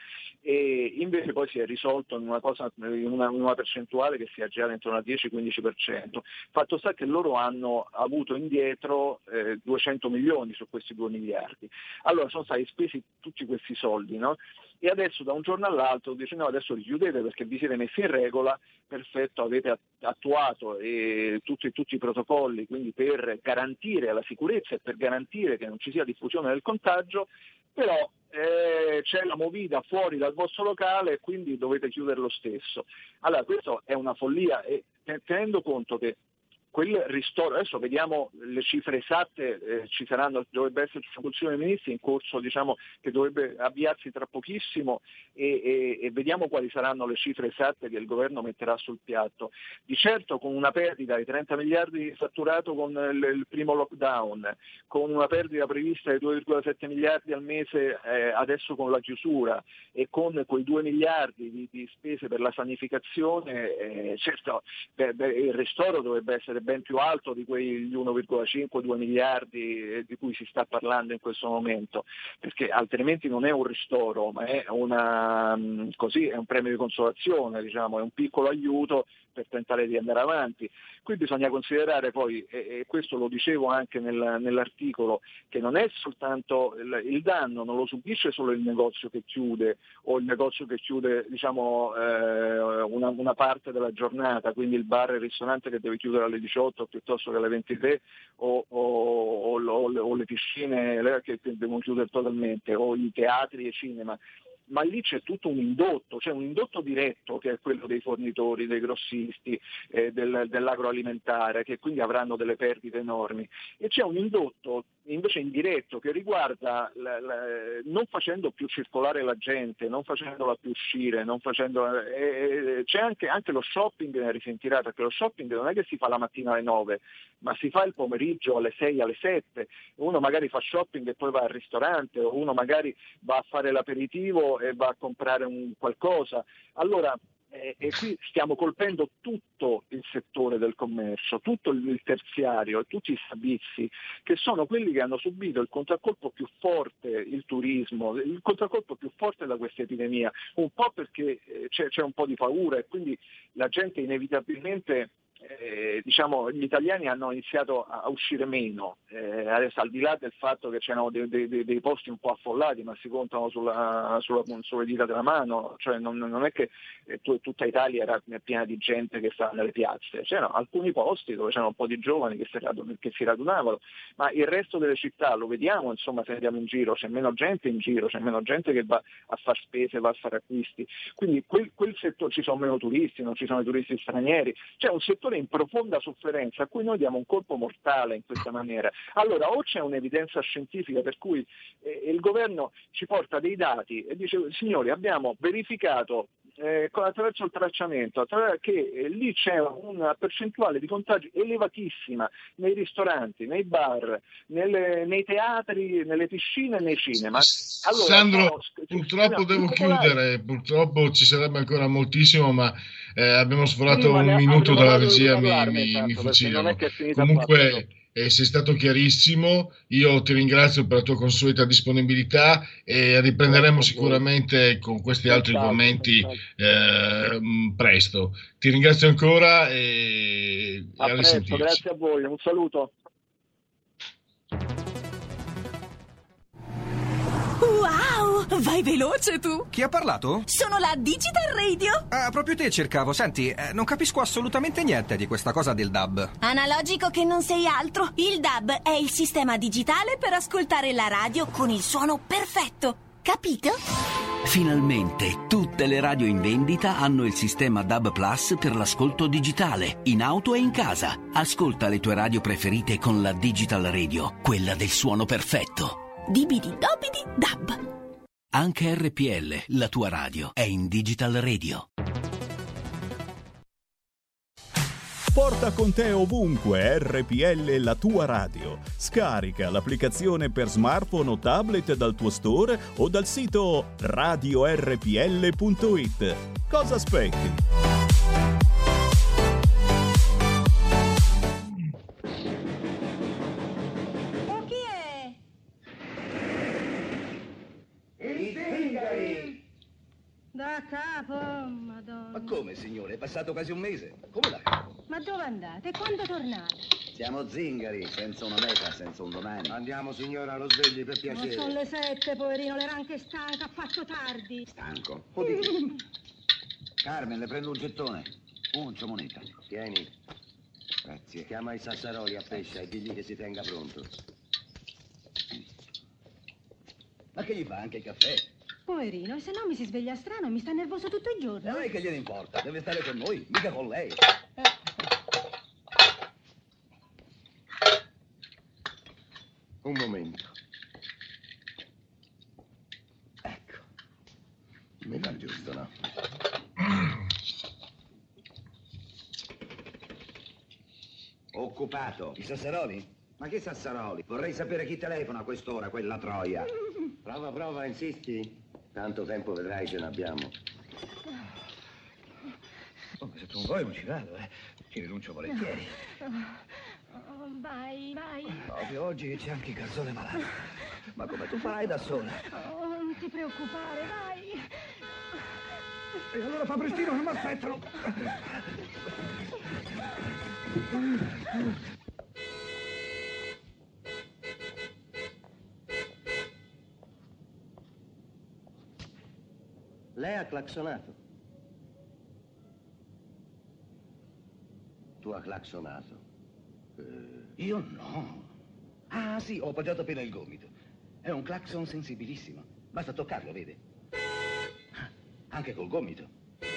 e invece poi si è risolto in una, cosa, in una, in una percentuale che si è aggirata intorno al dieci quindici per cento. Fatto sta che loro hanno avuto indietro eh, duecento milioni su questi due miliardi. Allora sono stati spesi tutti questi soldi, no? E adesso da un giorno all'altro dice no, adesso richiudete perché vi siete messi in regola, perfetto, avete attuato eh, tutti, tutti i protocolli, quindi per garantire la sicurezza e per garantire che non ci sia diffusione del contagio, però eh, c'è la movida fuori dal vostro locale e quindi dovete chiudere lo stesso. Allora questo è una follia, e tenendo conto che quel ristoro, adesso vediamo le cifre esatte, eh, ci saranno, dovrebbe esserci una Consiglio dei Ministri in corso, diciamo, che dovrebbe avviarsi tra pochissimo, e, e, e vediamo quali saranno le cifre esatte che il governo metterà sul piatto. Di certo con una perdita di trenta miliardi di fatturato con il, il primo lockdown, con una perdita prevista di due virgola sette miliardi al mese eh, adesso con la chiusura, e con quei due miliardi di, di spese per la sanificazione, eh, certo beh, beh, il ristoro dovrebbe essere ben più alto di quegli uno virgola cinque due miliardi di cui si sta parlando in questo momento, perché altrimenti non è un ristoro, ma è una, così, è un premio di consolazione, diciamo, è un piccolo aiuto per tentare di andare avanti. Qui bisogna considerare poi, e, e questo lo dicevo anche nel, nell'articolo, che non è soltanto il, il danno, non lo subisce solo il negozio che chiude, o il negozio che chiude, diciamo, eh, una, una parte della giornata, quindi il bar e il ristorante che deve chiudere alle diciotto piuttosto che alle ventitré, o, o, o, o, o le piscine che devono chiudere totalmente, o i teatri e i cinema. Ma lì c'è tutto un indotto, c'è un indotto diretto che è quello dei fornitori, dei grossisti, eh, del, dell'agroalimentare, che quindi avranno delle perdite enormi, e c'è un indotto invece indiretto che riguarda la, la, non facendo più circolare la gente, non facendola più uscire, non facendo, eh, c'è anche, anche lo shopping ne risentirà, perché lo shopping non è che si fa la mattina alle nove, ma si fa il pomeriggio alle sei, alle sette, uno magari fa shopping e poi va al ristorante, o uno magari va a fare l'aperitivo e va a comprare un qualcosa. Allora eh, e qui stiamo colpendo tutto il settore del commercio, tutto il terziario e tutti i servizi, che sono quelli che hanno subito il contraccolpo più forte, il turismo, il contraccolpo più forte da questa epidemia, un po' perché eh, c'è, c'è un po' di paura, e quindi la gente inevitabilmente Eh, diciamo, gli italiani hanno iniziato a uscire meno, eh, adesso, al di là del fatto che c'erano dei, dei, dei posti un po' affollati, ma si contano sulla, sulla, sulle dita della mano, cioè non, non è che eh, t- tutta Italia era piena di gente che stava nelle piazze, c'erano alcuni posti dove c'erano un po' di giovani che si, radun- che si radunavano, ma il resto delle città lo vediamo, insomma, se andiamo in giro c'è meno gente in giro, c'è meno gente che va a fare spese, va a fare acquisti, quindi quel, quel settore, ci sono meno turisti, non ci sono i turisti stranieri, c'è un settore persone in profonda sofferenza a cui noi diamo un colpo mortale in questa maniera. Allora o c'è un'evidenza scientifica per cui eh, il governo ci porta dei dati e dice signori abbiamo verificato Eh, attraverso il tracciamento attraverso che eh, lì c'è una percentuale di contagi elevatissima nei ristoranti, nei bar, nelle, nei teatri, nelle piscine e nei cinema. Allora, Sandro, no, purtroppo no, devo chiudere, purtroppo ci sarebbe ancora moltissimo, ma eh, abbiamo sforato sì, un ma minuto dalla regia, mi, parlarne, mi, tanto, mi fucilano. Comunque eh, sei stato chiarissimo, io ti ringrazio per la tua consueta disponibilità e riprenderemo sicuramente con questi altri commenti eh, presto. Ti ringrazio ancora e, a e a presto, risentirci. grazie a voi, un saluto. Wow, vai veloce tu! Chi ha parlato? Sono la Digital Radio! Ah, proprio te cercavo. Senti, eh, non capisco assolutamente niente di questa cosa del D A B. Analogico che non sei altro. Il D A B è il sistema digitale per ascoltare la radio con il suono perfetto. Capito? Finalmente tutte le radio in vendita hanno il sistema D A B Plus per l'ascolto digitale, in auto e in casa. Ascolta le tue radio preferite con la Digital Radio, quella del suono perfetto. Dibidi dobidi D A B. Anche R P L, la tua radio, è in Digital Radio. Porta con te ovunque R P L, la tua radio. Scarica l'applicazione per smartphone o tablet dal tuo store o dal sito radio erre pi elle punto it. Cosa aspetti? Da capo, madonna. Ma come, signore? È passato quasi un mese. Come da capo? Ma dove andate? Quando tornate? Siamo zingari, senza una meta, senza un domani. Andiamo, signora, allo svegli, per Ma piacere. sono le sette, poverino, l'era anche stanca, ha fatto tardi. Stanco? O di che? Carmen, le prendo un gettone. Uncio moneta. Tieni. Grazie. Chiama i Sassaroli a Pescia e digli che si tenga pronto. Ma che gli fa anche il caffè? Poverino, e se no mi si sveglia strano, mi sta nervoso tutto il giorno. E a lei che gliene importa? Deve stare con noi, mica con lei. Un momento. Ecco. Mi va giusto, no? Occupato. I Sassaroli? Ma che Sassaroli? Vorrei sapere chi telefona a quest'ora, quella troia. Prova, prova, insisti. Tanto tempo vedrai ce n'abbiamo. Oh, ma se tu non vuoi non ci vado, eh. Ci rinuncio volentieri. Oh, vai, vai. Proprio oggi c'è anche il garzone malato. Ma come tu farai da sola? Oh, non ti preoccupare, vai. E allora fa prestino, non mi aspettano. Lei ha clacsonato. Tu hai clacsonato. Eh, io no. Ah, sì, ho appoggiato appena il gomito. È un clacson sensibilissimo. Basta toccarlo, vede? Anche col gomito.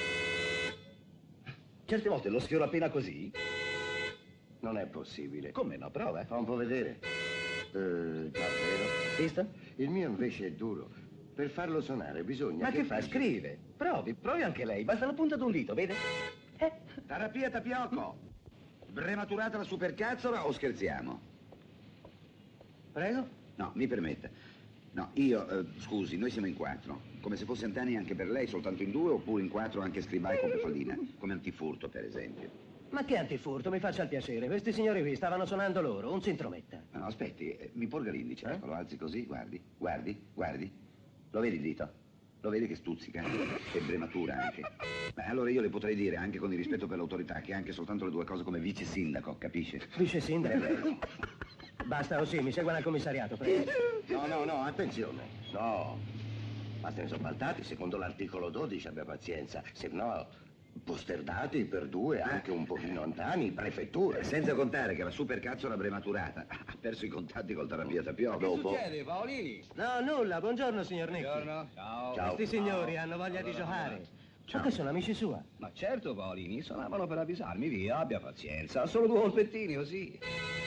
Certe volte lo sfioro appena così. Non è possibile. Come no? Prova, eh. Fa un po' vedere. Eh, davvero? Visto? Il mio invece è duro. Per farlo suonare bisogna Ma che... che fa? Scrive. Provi, provi anche lei. Basta la punta d'un dito, vede? Eh. Terapia tapiocco. Brematurata la supercazzola o scherziamo? Prego? No, mi permetta. No, io, eh, scusi, noi siamo in quattro. Come se fosse antenni anche per lei, soltanto in due, oppure in quattro anche scribai con Befalina. Come antifurto, per esempio. Ma che antifurto, mi faccia il piacere. Questi signori qui stavano suonando loro, un si intrometta. No, aspetti, eh, mi porga l'indice. Eh? Ecco, lo alzi così, guardi, guardi, guardi. Lo vedi il dito? Lo vedi che stuzzica? Che brematura anche. Beh, allora io le potrei dire, anche con il rispetto per l'autorità, che anche soltanto le due cose come vice sindaco, capisce? Vice sindaco? Basta, oh sì, mi seguano al commissariato, prego. No, no, no, attenzione. No. Ma se ne sono baltati, secondo l'articolo dodici, abbia pazienza. Se no, posterdati per due, anche un pochino antani, prefetture. Senza contare che la supercazzola brematurata ha perso i contatti col terapia tapiocco. Dopo. Che succede, Paolini? No, nulla. Buongiorno, signor Necchi. Buongiorno. Ciao. Questi Ciao. signori hanno voglia di giocare. Ma che sono amici sua? Ma certo, Paolini, suonavano per avvisarmi, via, abbia pazienza. Solo due colpettini, così.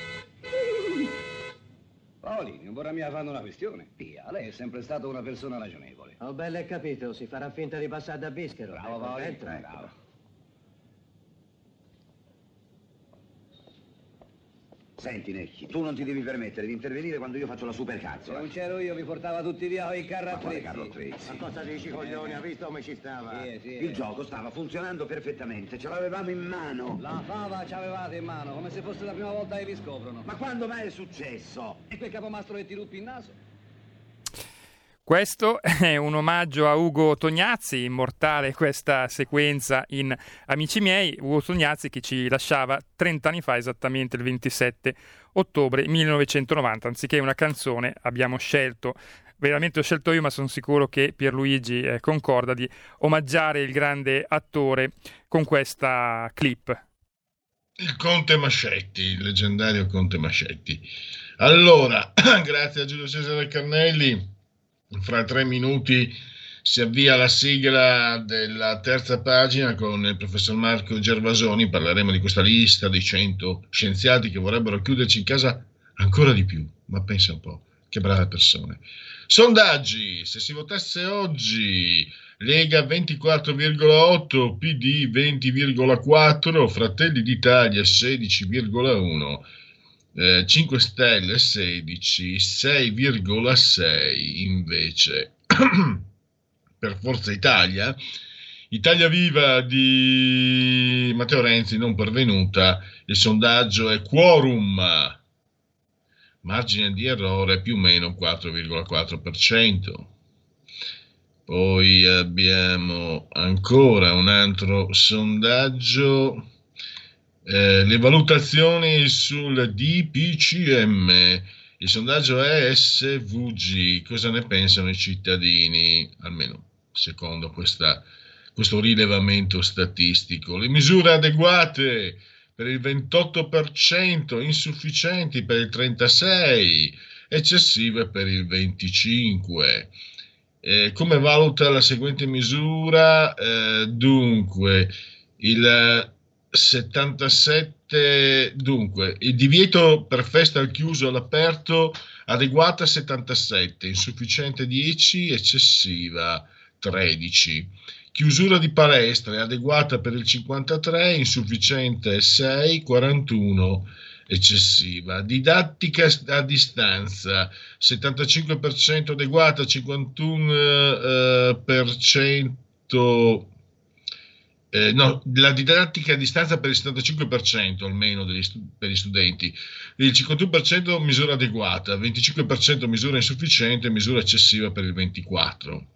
Paolini, non vorrà mica fare una questione. Via, lei è sempre stata una persona ragionevole. Ho belle capito, si farà finta di passare da bischero. Bravo, Paolini, Ecco. bravo. Senti, Necchi, tu non ti devi permettere di intervenire quando io faccio la supercazzola. Se non c'ero io, vi portava tutti via con i carri Ma quale attrezzi. carro attrezzi? Ma cosa dici, coglioni? Ha visto come ci stava? Sì, sì. Il gioco stava funzionando perfettamente, ce l'avevamo in mano. La fava ci avevate in mano, come se fosse la prima volta che vi scoprono. Ma quando mai è successo? E quel capomastro che ti rupi il naso? Questo è un omaggio a Ugo Tognazzi, immortale questa sequenza in Amici miei. Ugo Tognazzi che ci lasciava trent'anni fa, esattamente il ventisette ottobre millenovecentonovanta. Anziché una canzone abbiamo scelto, veramente ho scelto io, ma sono sicuro che Pierluigi eh, concorda, di omaggiare il grande attore con questa clip. Il Conte Mascetti, il leggendario Conte Mascetti. Allora, grazie a Giulio Cesare Carnelli. Fra tre minuti si avvia la sigla della terza pagina con il professor Marco Gervasoni. Parleremo di questa lista dei cento scienziati che vorrebbero chiuderci in casa ancora di più. Ma pensa un po', che brave persone. Sondaggi: se si votasse oggi, Lega ventiquattro virgola otto, P D venti virgola quattro, Fratelli d'Italia sedici virgola uno, Eh, cinque Stelle sedici, sei virgola sei invece per Forza Italia. Italia Viva di Matteo Renzi non pervenuta. Il sondaggio è quorum, margine di errore più o meno quattro virgola quattro per cento. Poi abbiamo ancora un altro sondaggio. Eh, le valutazioni sul D P C M, il sondaggio è S V G, cosa ne pensano i cittadini, almeno secondo questa, questo rilevamento statistico. Le misure adeguate per il ventotto per cento, insufficienti per il trentasei per cento, eccessive per il venticinque per cento. Eh, come valuta la seguente misura? Eh, dunque, il settantasette, dunque il divieto per festa al chiuso all'aperto adeguata settantasette, insufficiente dieci, eccessiva tredici. Chiusura di palestre adeguata per il cinquantatré, insufficiente sei, quarantuno, eccessiva. Didattica a distanza settantacinque per cento adeguata, cinquantuno per cento Eh, no, la didattica a distanza per il settantacinque per cento almeno degli stu- per gli studenti, il cinquantuno per cento misura adeguata, venticinque per cento misura insufficiente, misura eccessiva per il ventiquattro per cento.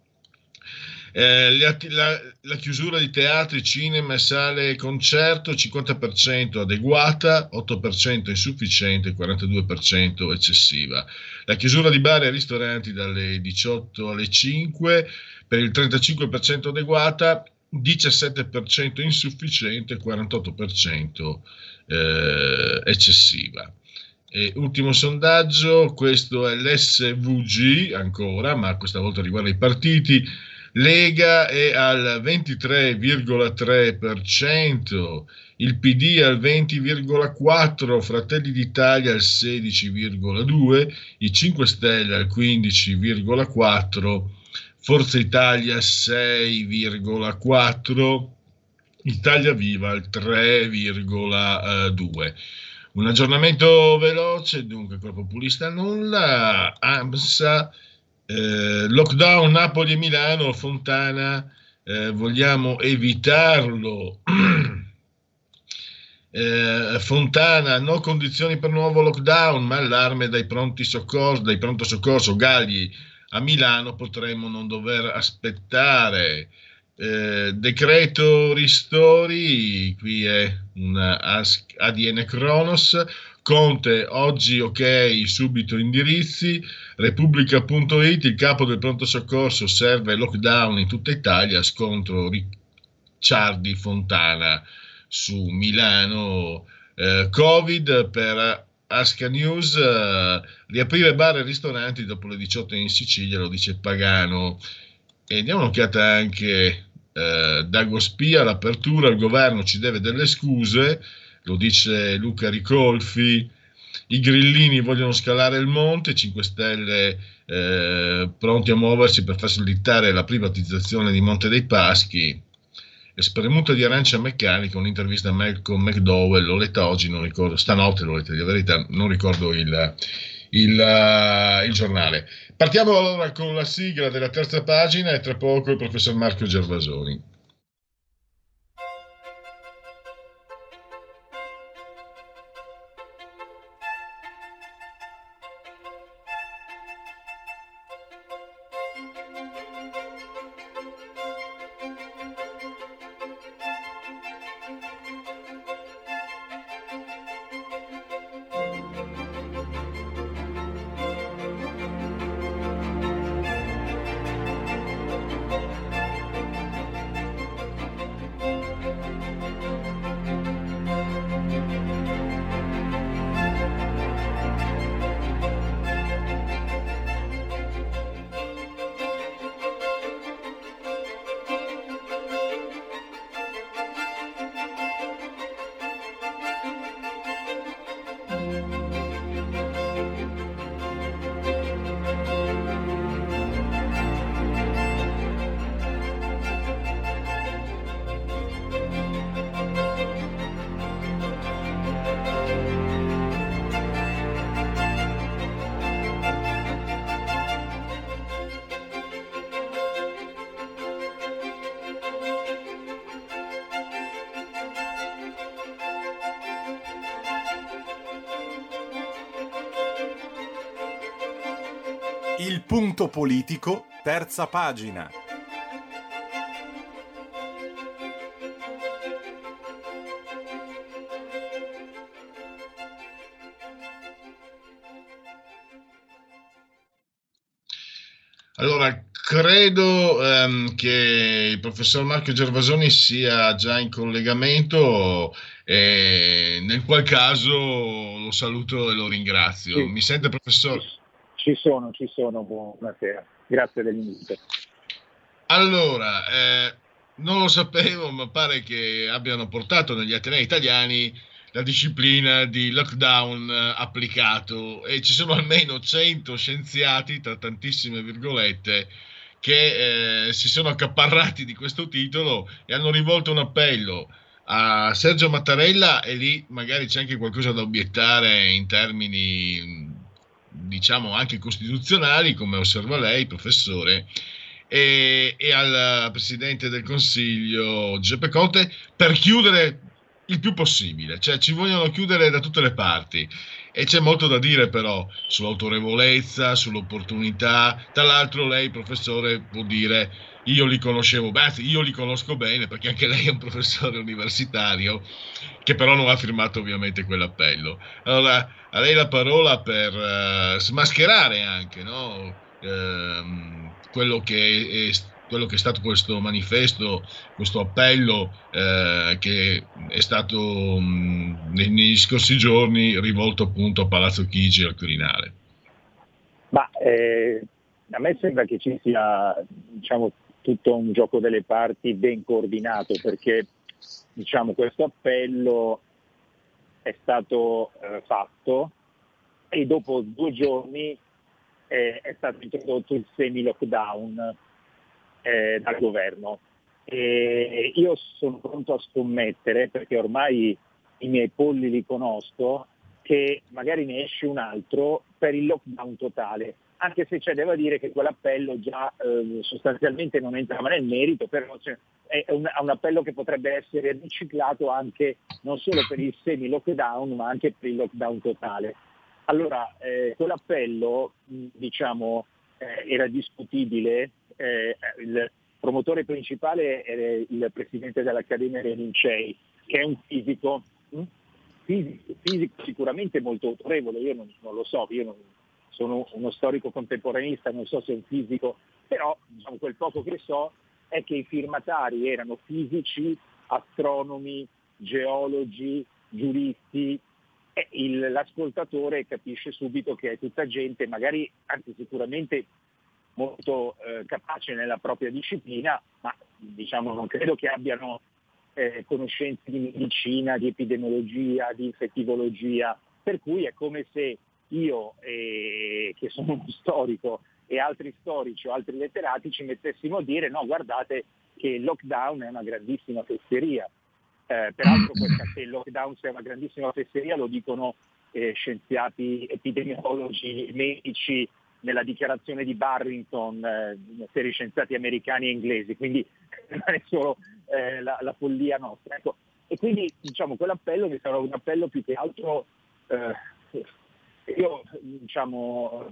Eh, la, la, la chiusura di teatri, cinema, sale concerto, cinquanta per cento adeguata, otto per cento insufficiente, quarantadue per cento eccessiva. La chiusura di bar e ristoranti dalle diciotto alle cinque, per il trentacinque per cento adeguata, diciassette per cento insufficiente, quarantotto per cento eh, eccessiva. E ultimo sondaggio, questo è l'S V G ancora, ma questa volta riguarda i partiti. Lega è al ventitré virgola tre per cento, il P D al venti virgola quattro per cento, Fratelli d'Italia al sedici virgola due per cento, i cinque Stelle al quindici virgola quattro per cento, Forza Italia sei virgola quattro, Italia Viva al tre virgola due. Un aggiornamento veloce, dunque Corpo Populista nulla, ANSA, eh, lockdown Napoli e Milano, Fontana, eh, vogliamo evitarlo. eh, Fontana, no condizioni per nuovo lockdown, ma allarme dai pronti soccorso, dai pronto soccorso, Galli. A Milano potremmo non dover aspettare. Eh, decreto ristori, qui è una A D N Cronos. Conte, oggi ok, subito indirizzi. Repubblica punto it, il capo del pronto soccorso, serve lockdown in tutta Italia, scontro Ricciardi Fontana su Milano. Eh, Covid per Asca News, uh, riaprire bar e ristoranti dopo le diciotto in Sicilia, lo dice Pagano. E diamo un'occhiata anche eh, Dago Spia all'apertura, il governo ci deve delle scuse, lo dice Luca Ricolfi, i grillini vogliono scalare il monte, cinque Stelle eh, pronti a muoversi per facilitare la privatizzazione di Monte dei Paschi, e spremuta di arancia meccanica, un'intervista a Malcolm McDowell, l'ho letta oggi, non ricordo, stanotte l'ho letta, di verità, non ricordo il, il, uh, il giornale. Partiamo allora con la sigla della terza pagina e tra poco il professor Marco Gervasoni. Il punto politico, terza pagina. Allora, credo ehm, che il professor Marco Gervasoni sia già in collegamento, e nel qual caso lo saluto e lo ringrazio. Sì. Mi sente, professore? Ci sono, ci sono, buonasera, grazie dell'invito. Allora, eh, non lo sapevo, ma pare che abbiano portato negli atenei italiani la disciplina di lockdown eh, applicato, e ci sono almeno cento scienziati, tra tantissime virgolette, che eh, si sono accaparrati di questo titolo e hanno rivolto un appello a Sergio Mattarella, e lì magari c'è anche qualcosa da obiettare in termini, diciamo, anche costituzionali, come osserva lei, professore, e, e al Presidente del Consiglio Giuseppe Conte, per chiudere il più possibile. Cioè, ci vogliono chiudere da tutte le parti, e c'è molto da dire però sull'autorevolezza, sull'opportunità. Tra l'altro lei, professore, può dire: io li conoscevo, beh, io li conosco bene, perché anche lei è un professore universitario, che però non ha firmato ovviamente quell'appello. Allora, a lei la parola per uh, smascherare anche, no? uh, quello che è quello che è stato questo manifesto, questo appello eh, che è stato mh, negli scorsi giorni rivolto appunto a Palazzo Chigi e al Quirinale. Ma eh, a me sembra che ci sia, diciamo, tutto un gioco delle parti ben coordinato, perché, diciamo, questo appello è stato eh, fatto e dopo due giorni eh, è stato introdotto il semi-lockdown eh, dal governo. E io sono pronto a scommettere, perché ormai i miei polli li conosco, che magari ne esce un altro per il lockdown totale, anche se c'è da dire che quell'appello già eh, sostanzialmente non entrava nel merito, però cioè, è un, un appello che potrebbe essere riciclato anche non solo per il semi-lockdown ma anche per il lockdown totale. Allora, eh, quell'appello, diciamo, eh, era discutibile. Eh, il promotore principale era il presidente dell'Accademia Lincei, che è un fisico, mh? fisico, fisico sicuramente molto autorevole. Io non, non lo so, io non, sono uno storico contemporaneista, non so se è un fisico, però diciamo, quel poco che so è che i firmatari erano fisici, astronomi, geologi, giuristi, e il, l'ascoltatore capisce subito che è tutta gente, magari, anzi sicuramente molto eh, capace nella propria disciplina, ma diciamo non credo che abbiano eh, conoscenze di medicina, di epidemiologia, di infettivologia, per cui è come se io, eh, che sono uno storico, e altri storici o altri letterati ci mettessimo a dire no, guardate che il lockdown è una grandissima fesseria. Eh, peraltro questa, che il lockdown sia una grandissima fesseria lo dicono eh, scienziati, epidemiologi, medici nella dichiarazione di Barrington, eh, per i scienziati americani e inglesi, quindi non è solo eh, la, la follia nostra. Ecco. E quindi diciamo quell'appello mi sarà un appello più che altro, eh, io diciamo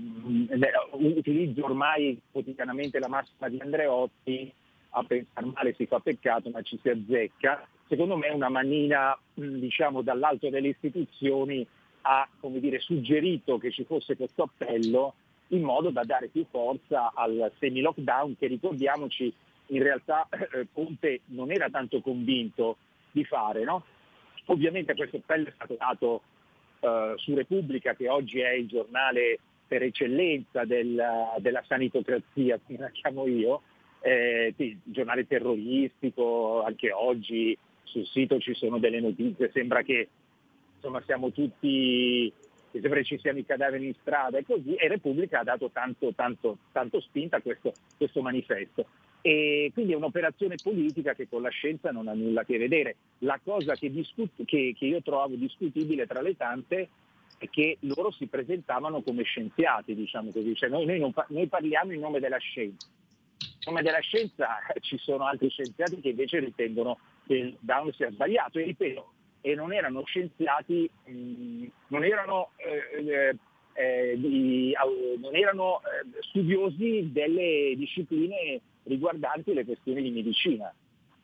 utilizzo ormai quotidianamente la massima di Andreotti, a pensare male si fa peccato ma ci si azzecca. Secondo me una manina diciamo dall'alto delle istituzioni ha, come dire, suggerito che ci fosse questo appello in modo da dare più forza al semi-lockdown che, ricordiamoci, in realtà eh, Conte non era tanto convinto di fare, no? Ovviamente questo appello è stato dato eh, su Repubblica, che oggi è il giornale per eccellenza del, della sanitocrazia, come la chiamo io, eh, sì, giornale terroristico. Anche oggi sul sito ci sono delle notizie, sembra che insomma siamo tutti, che sembra che ci siano i cadaveri in strada e così, e Repubblica ha dato tanto, tanto, tanto spinta a questo, questo manifesto. E quindi è un'operazione politica che con la scienza non ha nulla a che vedere. La cosa che, discut- che, che io trovo discutibile tra le tante è che loro si presentavano come scienziati, diciamo così, cioè noi, noi, non pa- noi parliamo in nome della scienza. In nome della scienza ci sono altri scienziati che invece ritengono che il down sia sbagliato, e ripeto, e non erano scienziati, mh, non erano, eh, eh, di, uh, non erano eh, studiosi delle discipline riguardanti le questioni di medicina.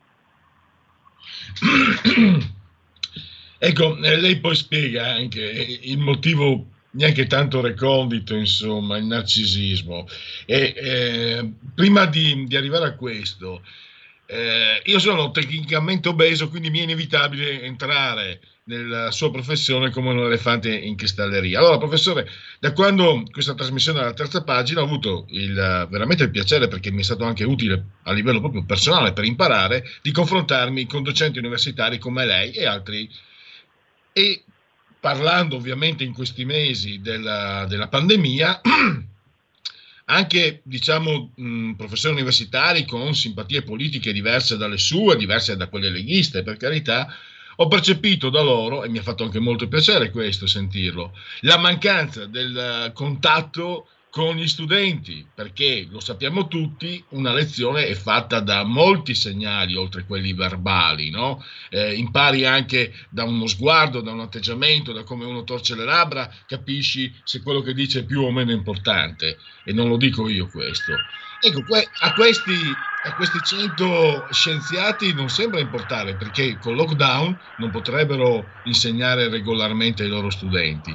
Ecco, eh, lei poi spiega anche il motivo neanche tanto recondito, insomma, il narcisismo. E eh, prima di, di arrivare a questo, eh, io sono tecnicamente obeso, quindi mi è inevitabile entrare nella sua professione come un elefante in cristalleria. Allora, professore, da quando questa trasmissione alla terza pagina ho avuto il, veramente il piacere, perché mi è stato anche utile a livello proprio personale per imparare, di confrontarmi con docenti universitari come lei e altri, e parlando ovviamente in questi mesi della, della pandemia, anche diciamo mh, professori universitari con simpatie politiche diverse dalle sue, diverse da quelle leghiste, per carità, ho percepito da loro, e mi ha fatto anche molto piacere questo, sentirlo, la mancanza del contatto con gli studenti, perché lo sappiamo tutti, una lezione è fatta da molti segnali oltre quelli verbali, no? Eh, impari anche da uno sguardo, da un atteggiamento, da come uno torce le labbra, capisci se quello che dice è più o meno importante, e non lo dico io questo. Ecco, a questi, a questi cento scienziati non sembra importare, perché con lockdown non potrebbero insegnare regolarmente ai loro studenti.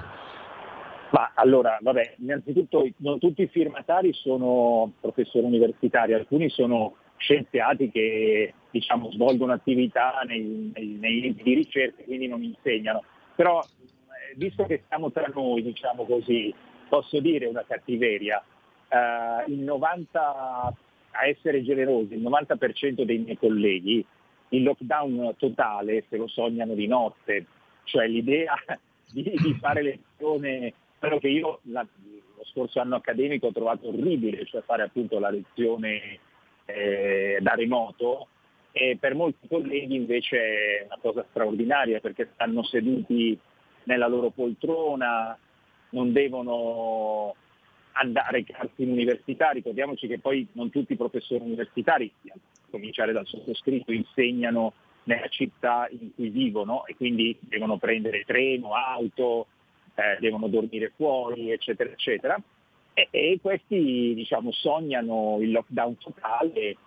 Ma allora, vabbè, innanzitutto non tutti i firmatari sono professori universitari, alcuni sono scienziati che diciamo svolgono attività nei, nei, nei enti di ricerca, quindi non insegnano. Però, visto che siamo tra noi, diciamo così, posso dire una cattiveria, eh, il novanta, a essere generosi, il novanta per cento dei miei colleghi il lockdown totale se lo sognano di notte, cioè l'idea di, di fare lezione, quello che io la, lo scorso anno accademico ho trovato orribile, cioè fare appunto la lezione eh, da remoto, e per molti colleghi invece è una cosa straordinaria, perché stanno seduti nella loro poltrona, non devono andare recarsi in università. Ricordiamoci che poi non tutti i professori universitari, a cominciare dal sottoscritto, insegnano nella città in cui vivono, e quindi devono prendere treno, auto, Eh, devono dormire fuori, eccetera, eccetera, e, e questi diciamo sognano il lockdown totale.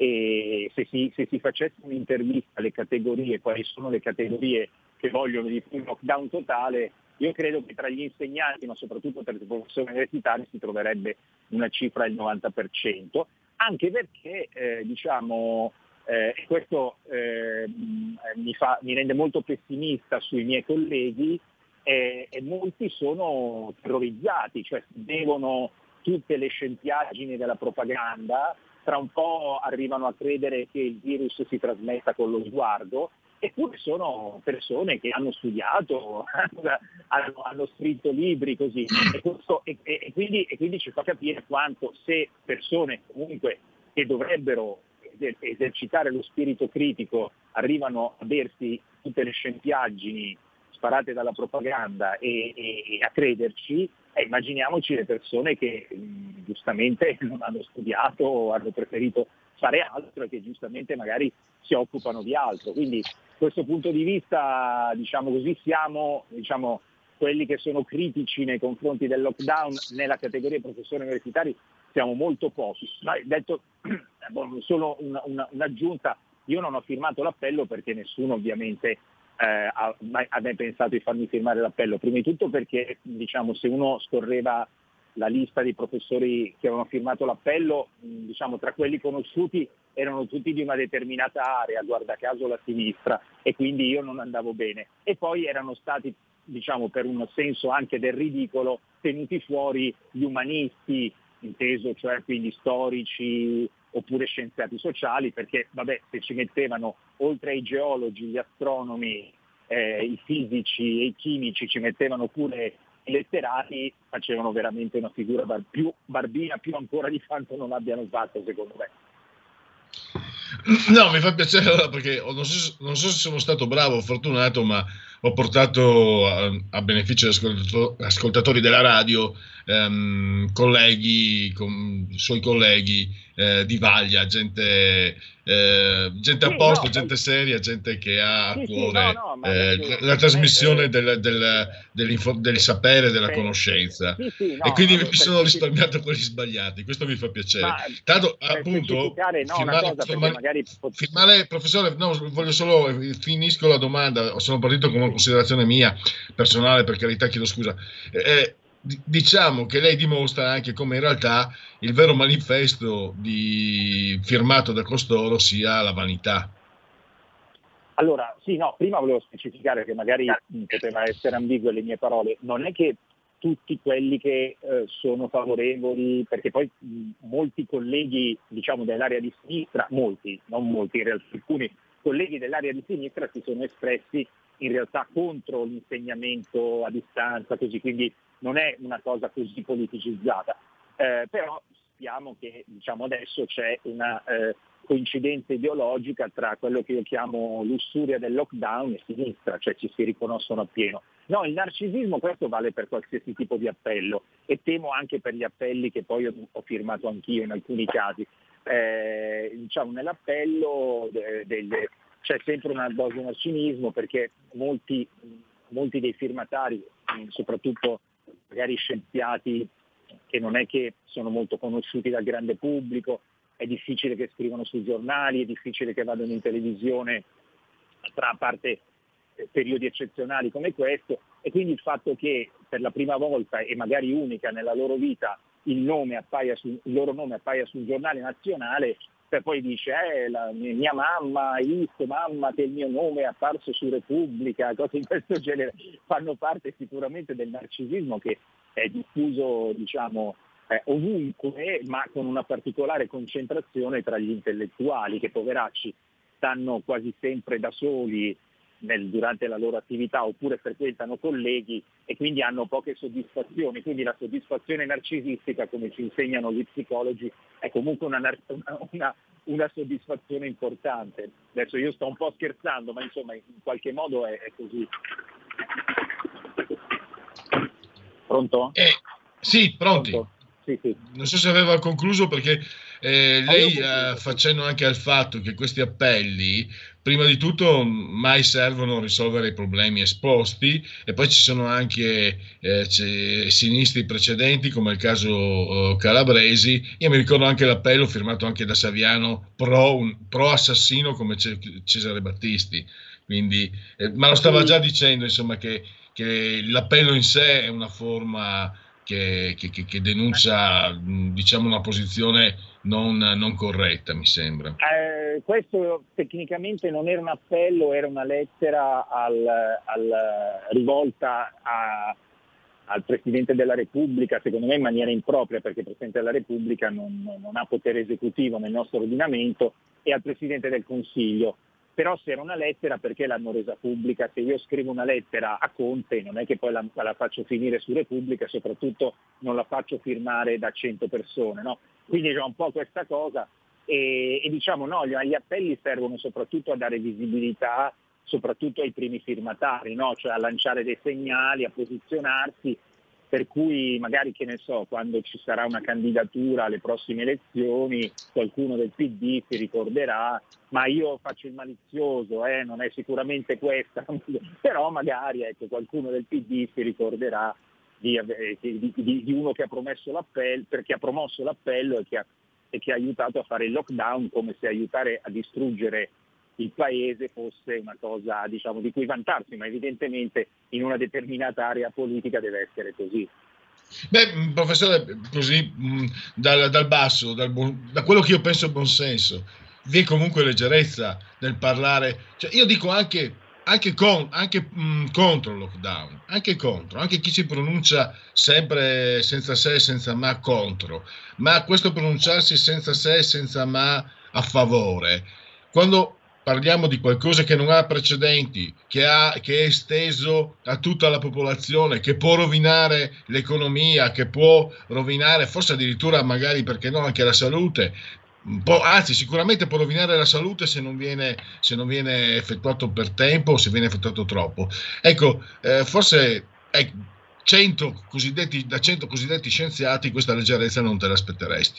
E se si, se si facesse un'intervista alle categorie, quali sono le categorie che vogliono di più il lockdown totale, io credo che tra gli insegnanti, ma soprattutto tra i professori universitari, si troverebbe una cifra del novanta per cento, anche perché eh, diciamo eh, questo eh, mi, fa, mi rende molto pessimista sui miei colleghi. E, e molti sono terrorizzati, cioè devono tutte le scempiaggini della propaganda, tra un po' arrivano a credere che il virus si trasmetta con lo sguardo, eppure sono persone che hanno studiato, hanno, hanno scritto libri così, e, questo, e, e, quindi, e quindi ci fa capire quanto, se persone comunque che dovrebbero esercitare lo spirito critico arrivano a bersi tutte le scempiaggini sparate dalla propaganda e, e, e a crederci, eh, immaginiamoci le persone che mh, giustamente non hanno studiato o hanno preferito fare altro e che giustamente magari si occupano di altro. Quindi da questo punto di vista, diciamo così, siamo diciamo, quelli che sono critici nei confronti del lockdown nella categoria professori universitari, siamo molto pochi. Ma detto solo una, una, un'aggiunta, io non ho firmato l'appello perché nessuno ovviamente eh, ha mai ha mai pensato di farmi firmare l'appello, prima di tutto perché diciamo se uno scorreva la lista dei professori che avevano firmato l'appello, diciamo tra quelli conosciuti erano tutti di una determinata area, guarda caso la sinistra, e quindi io non andavo bene. E poi erano stati, diciamo per un senso anche del ridicolo, tenuti fuori gli umanisti, inteso cioè quindi storici oppure scienziati sociali, perché vabbè, se ci mettevano oltre ai geologi, gli astronomi, eh, i fisici e i chimici, ci mettevano pure i letterati, facevano veramente una figura bar- più barbina, più ancora di quanto non abbiano fatto, secondo me. No, mi fa piacere perché non so, non so se sono stato bravo o fortunato, ma ho portato a, a beneficio degli ascoltato- ascoltatori della radio ehm, colleghi, com, suoi colleghi eh, di vaglia, gente, eh, gente Sì, a posto, no, gente ma- seria, gente che ha a Sì, sì, cuore no, no, ma eh, adesso- la trasmissione del, del, dell'info- del sapere, della Sì, conoscenza. sì, sì, no, E quindi allora, mi sono per- risparmiato quelli sbagliati, questo mi fa piacere. Ma Tanto per appunto specificare, no, una firmare, cosa, perché firmare- magari firmare, professore, no, voglio solo finisco la domanda, sono partito con una considerazione mia personale, per carità, chiedo scusa. Eh, d- diciamo che lei dimostra anche come in realtà il vero manifesto di, firmato da costoro sia la vanità. Allora, sì, no, prima volevo specificare che magari mh, poteva essere ambigue le mie parole, non è che tutti quelli che eh, sono favorevoli, perché poi mh, molti colleghi, diciamo, dell'area di sinistra, molti, non molti in realtà, alcuni colleghi dell'area di sinistra si sono espressi in realtà contro l'insegnamento a distanza, così, quindi non è una cosa così politicizzata, eh, però sappiamo che diciamo adesso c'è una eh, coincidenza ideologica tra quello che io chiamo lussuria del lockdown e sinistra, cioè ci si riconoscono appieno. No, il narcisismo, questo vale per qualsiasi tipo di appello e temo anche per gli appelli che poi ho, ho firmato anch'io in alcuni casi. Eh, diciamo nell'appello de, de, de, c'è sempre una dose di narcisismo perché molti, molti dei firmatari, soprattutto magari scienziati che non è che sono molto conosciuti dal grande pubblico, è difficile che scrivano sui giornali, è difficile che vadano in televisione, tra a parte periodi eccezionali come questo, e quindi il fatto che per la prima volta e magari unica nella loro vita il, nome appaia su, il loro nome appaia sul giornale nazionale, per poi dice eh, la mia mamma, hai visto mamma che il mio nome è apparso su Repubblica, cose di questo genere, fanno parte sicuramente del narcisismo che è diffuso diciamo eh, ovunque, ma con una particolare concentrazione tra gli intellettuali che poveracci stanno quasi sempre da soli nel, durante la loro attività oppure frequentano colleghi e quindi hanno poche soddisfazioni, quindi la soddisfazione narcisistica, come ci insegnano gli psicologi, è comunque una, una, una, una soddisfazione importante. Adesso io sto un po' scherzando, ma insomma in qualche modo è, è così. Pronto? Eh, sì, pronti. Pronto? Sì, sì. Non so se aveva concluso perché eh, lei Ah, eh, facendo anche al fatto che questi appelli prima di tutto mai servono a risolvere i problemi esposti e poi ci sono anche eh, sinistri precedenti come il caso uh, Calabresi. Io mi ricordo anche l'appello firmato anche da Saviano pro, un, pro assassino come Cesare Battisti, quindi, eh, ma lo stava già dicendo insomma che, che l'appello in sé è una forma Che, che, che denuncia diciamo una posizione non, non corretta, mi sembra. Eh, questo tecnicamente non era un appello, era una lettera al, al, rivolta a, al Presidente della Repubblica, secondo me in maniera impropria, perché il Presidente della Repubblica non, non ha potere esecutivo nel nostro ordinamento, e al Presidente del Consiglio. Però se era una lettera, perché l'hanno resa pubblica? Se io scrivo una lettera a Conte non è che poi la, la faccio finire su Repubblica, e soprattutto non la faccio firmare da cento persone, no? Quindi c'è un po' questa cosa e, e diciamo no, gli, gli appelli servono soprattutto a dare visibilità soprattutto ai primi firmatari, no? Cioè a lanciare dei segnali, a posizionarsi, per cui magari, che ne so, quando ci sarà una candidatura alle prossime elezioni qualcuno del P D si ricorderà, ma io faccio il malizioso, eh, non è sicuramente questa, però magari ecco, qualcuno del P D si ricorderà di, di, di, di uno che ha promesso l'appello, perché ha promosso l'appello e che ha, e che ha aiutato a fare il lockdown, come se aiutare a distruggere il paese fosse una cosa, diciamo, di cui vantarsi, ma evidentemente in una determinata area politica deve essere così. Beh, professore, così mh, dal, dal basso, dal buon, da quello che io penso buon senso, vi è comunque leggerezza nel parlare, cioè io dico anche, anche, con, anche mh, contro il lockdown, anche contro, anche chi si pronuncia sempre senza se e senza ma contro, ma questo pronunciarsi senza se e senza ma a favore, quando parliamo di qualcosa che non ha precedenti, che, ha, che è esteso a tutta la popolazione, che può rovinare l'economia, che può rovinare forse addirittura magari, perché no, anche la salute, può, anzi sicuramente può rovinare la salute se non viene, se non viene effettuato per tempo o se viene effettuato troppo. Ecco, eh, forse eh, cento cosiddetti, da cento cosiddetti scienziati questa leggerezza non te l'aspetteresti.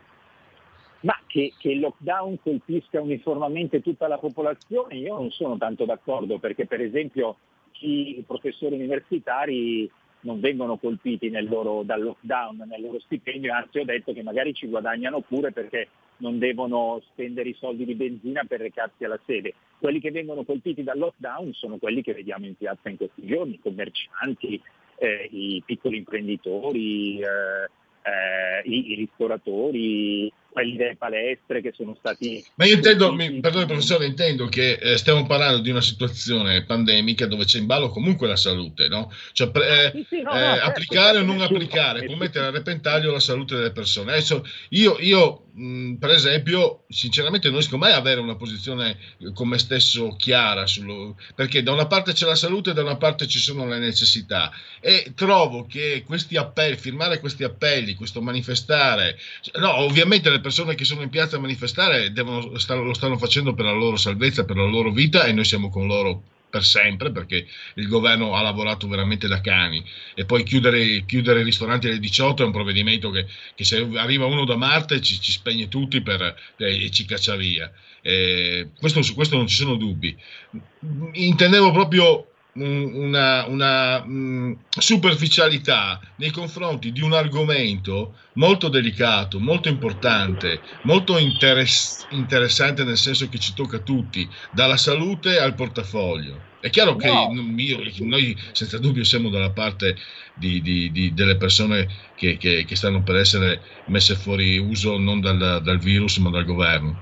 Ma che, che il lockdown colpisca uniformemente tutta la popolazione, io non sono tanto d'accordo, perché per esempio chi, i professori universitari non vengono colpiti nel loro, dal lockdown, nel loro stipendio, anzi ho detto che magari ci guadagnano pure perché non devono spendere i soldi di benzina per recarsi alla sede. Quelli che vengono colpiti dal lockdown sono quelli che vediamo in piazza in questi giorni, i commercianti, eh, i piccoli imprenditori, eh, eh, i, i ristoratori, quelli delle palestre che sono stati... Ma io intendo, mi, perdone professore, intendo che eh, stiamo parlando di una situazione pandemica dove c'è in ballo comunque la salute, no? Cioè pre, sì, sì, no, eh, no, applicare o non nessuno, applicare nessuno. può mettere a repentaglio la salute delle persone. Adesso io, io mh, per esempio, sinceramente non riesco mai ad avere una posizione con me stesso chiara, sullo, perché da una parte c'è la salute e da una parte ci sono le necessità, e trovo che questi appelli, firmare questi appelli, questo manifestare, no, ovviamente le persone che sono in piazza a manifestare devono, lo stanno facendo per la loro salvezza, per la loro vita, e noi siamo con loro per sempre, perché il governo ha lavorato veramente da cani, e poi chiudere, chiudere i ristoranti alle diciotto è un provvedimento che, che se arriva uno da Marte ci, ci spegne tutti per, e ci caccia via. Eh, questo, su questo non ci sono dubbi. Intendevo proprio una, una mh, superficialità nei confronti di un argomento molto delicato, molto importante, molto interess- interessante, nel senso che ci tocca a tutti, dalla salute al portafoglio. È chiaro che No. io, noi senza dubbio siamo dalla parte di, di, di, delle persone che, che, che stanno per essere messe fuori uso non dal, dal virus ma dal governo.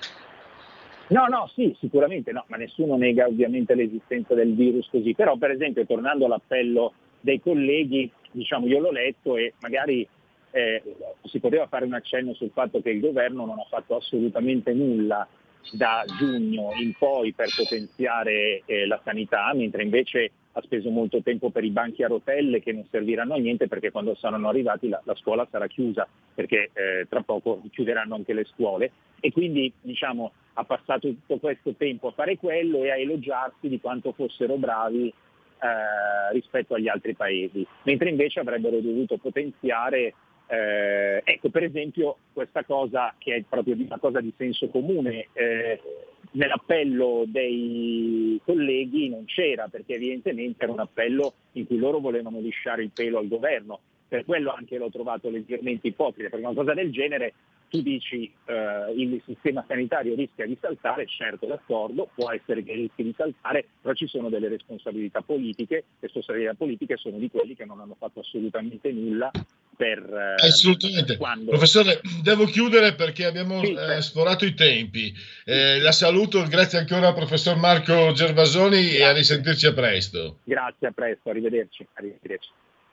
No, no, sì, sicuramente no, ma nessuno nega ovviamente l'esistenza del virus così, però per esempio tornando all'appello dei colleghi, diciamo io l'ho letto e magari eh, si poteva fare un accenno sul fatto che il governo non ha fatto assolutamente nulla da giugno in poi per potenziare eh, la sanità, mentre invece ha speso molto tempo per i banchi a rotelle che non serviranno a niente, perché quando saranno arrivati la, la scuola sarà chiusa, perché eh, tra poco chiuderanno anche le scuole, e quindi diciamo ha passato tutto questo tempo a fare quello e a elogiarsi di quanto fossero bravi eh, rispetto agli altri paesi, mentre invece avrebbero dovuto potenziare eh, ecco per esempio questa cosa che è proprio una cosa di senso comune. Eh, nell'appello dei colleghi non c'era, perché evidentemente era un appello in cui loro volevano lisciare il pelo al governo, per quello anche l'ho trovato leggermente ipocrita, perché una cosa del genere tu dici eh, il sistema sanitario rischia di saltare, certo d'accordo, può essere che rischi di saltare, però ci sono delle responsabilità politiche, le responsabilità politiche sono di quelli che non hanno fatto assolutamente nulla per... Eh, Assolutamente. Quando... Professore, devo chiudere perché abbiamo Sì, eh, certo. sforato i tempi. Eh, la saluto, grazie ancora al professor Marco Gervasoni. Grazie. E a risentirci a presto. Grazie, a presto, arrivederci. arrivederci.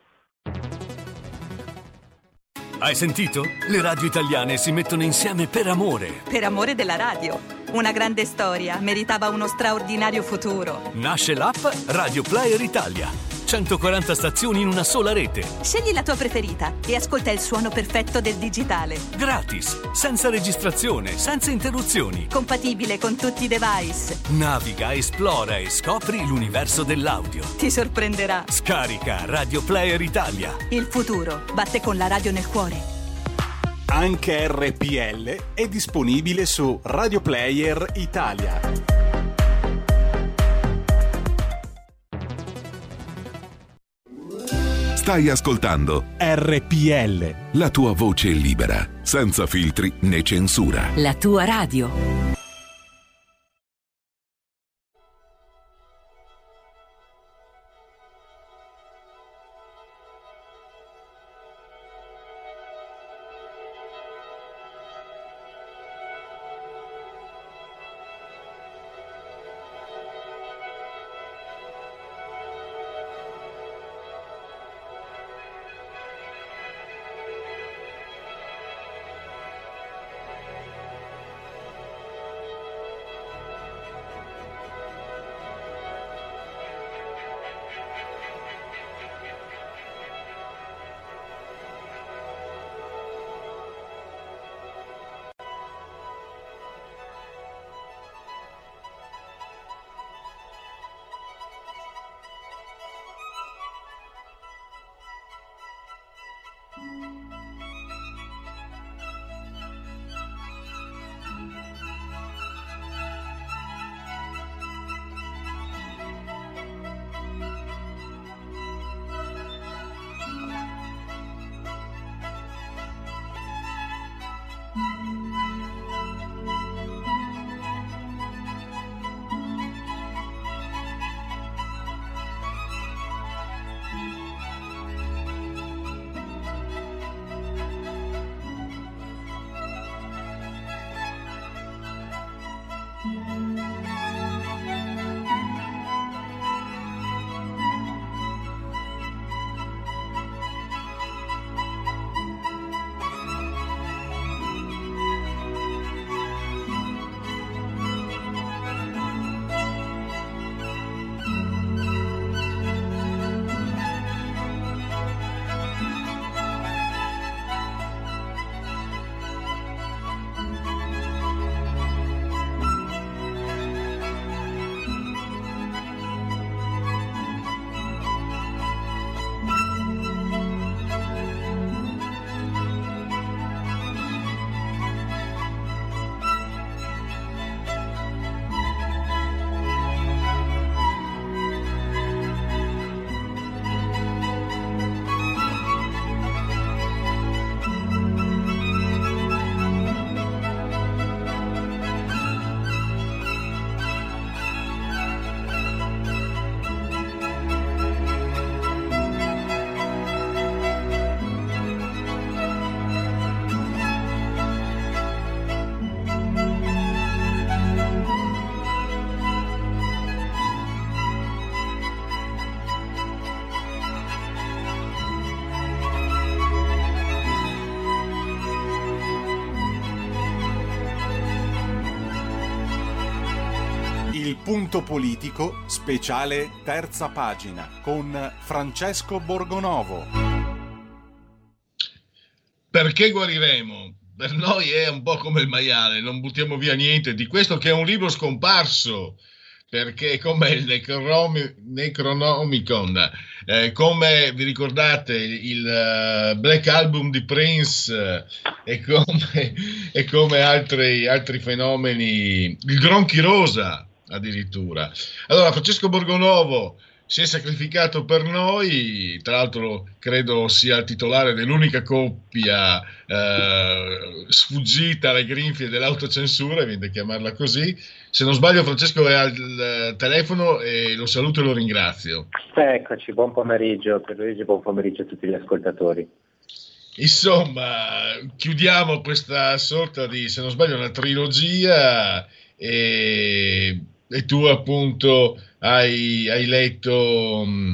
Hai sentito? Le radio italiane si mettono insieme per amore. Per amore della radio. Una grande storia meritava uno straordinario futuro. Nasce l'app Radio Player Italia. centoquaranta stazioni in una sola rete. Scegli la tua preferita e ascolta il suono perfetto del digitale. Gratis, senza registrazione, senza interruzioni. Compatibile con tutti i device. Naviga, esplora e scopri l'universo dell'audio. Ti sorprenderà. Scarica Radio Player Italia. Il futuro batte con la radio nel cuore. Anche R P L è disponibile su Radio Player Italia. Stai ascoltando R P L, la tua voce libera, senza filtri né censura. La tua radio. Il punto politico, speciale terza pagina, con Francesco Borgonovo. Perché guariremo? Per noi è un po' come il maiale, non buttiamo via niente di questo, che è un libro scomparso, perché come il Necronomi- Necronomicon, eh, come vi ricordate il uh, Black Album di Prince, eh, e come, e come altri, altri fenomeni, il Gronchi Rosa addirittura. Allora, Francesco Borgonovo si è sacrificato per noi, tra l'altro credo sia il titolare dell'unica coppia eh, sfuggita alle grinfie dell'autocensura, viene da chiamarla così. Se non sbaglio, Francesco è al telefono e lo saluto e lo ringrazio. Eccoci, buon pomeriggio per Luigi, buon pomeriggio a tutti gli ascoltatori. Insomma, chiudiamo questa sorta di, se non sbaglio, una trilogia, e, e tu appunto hai, hai letto mh,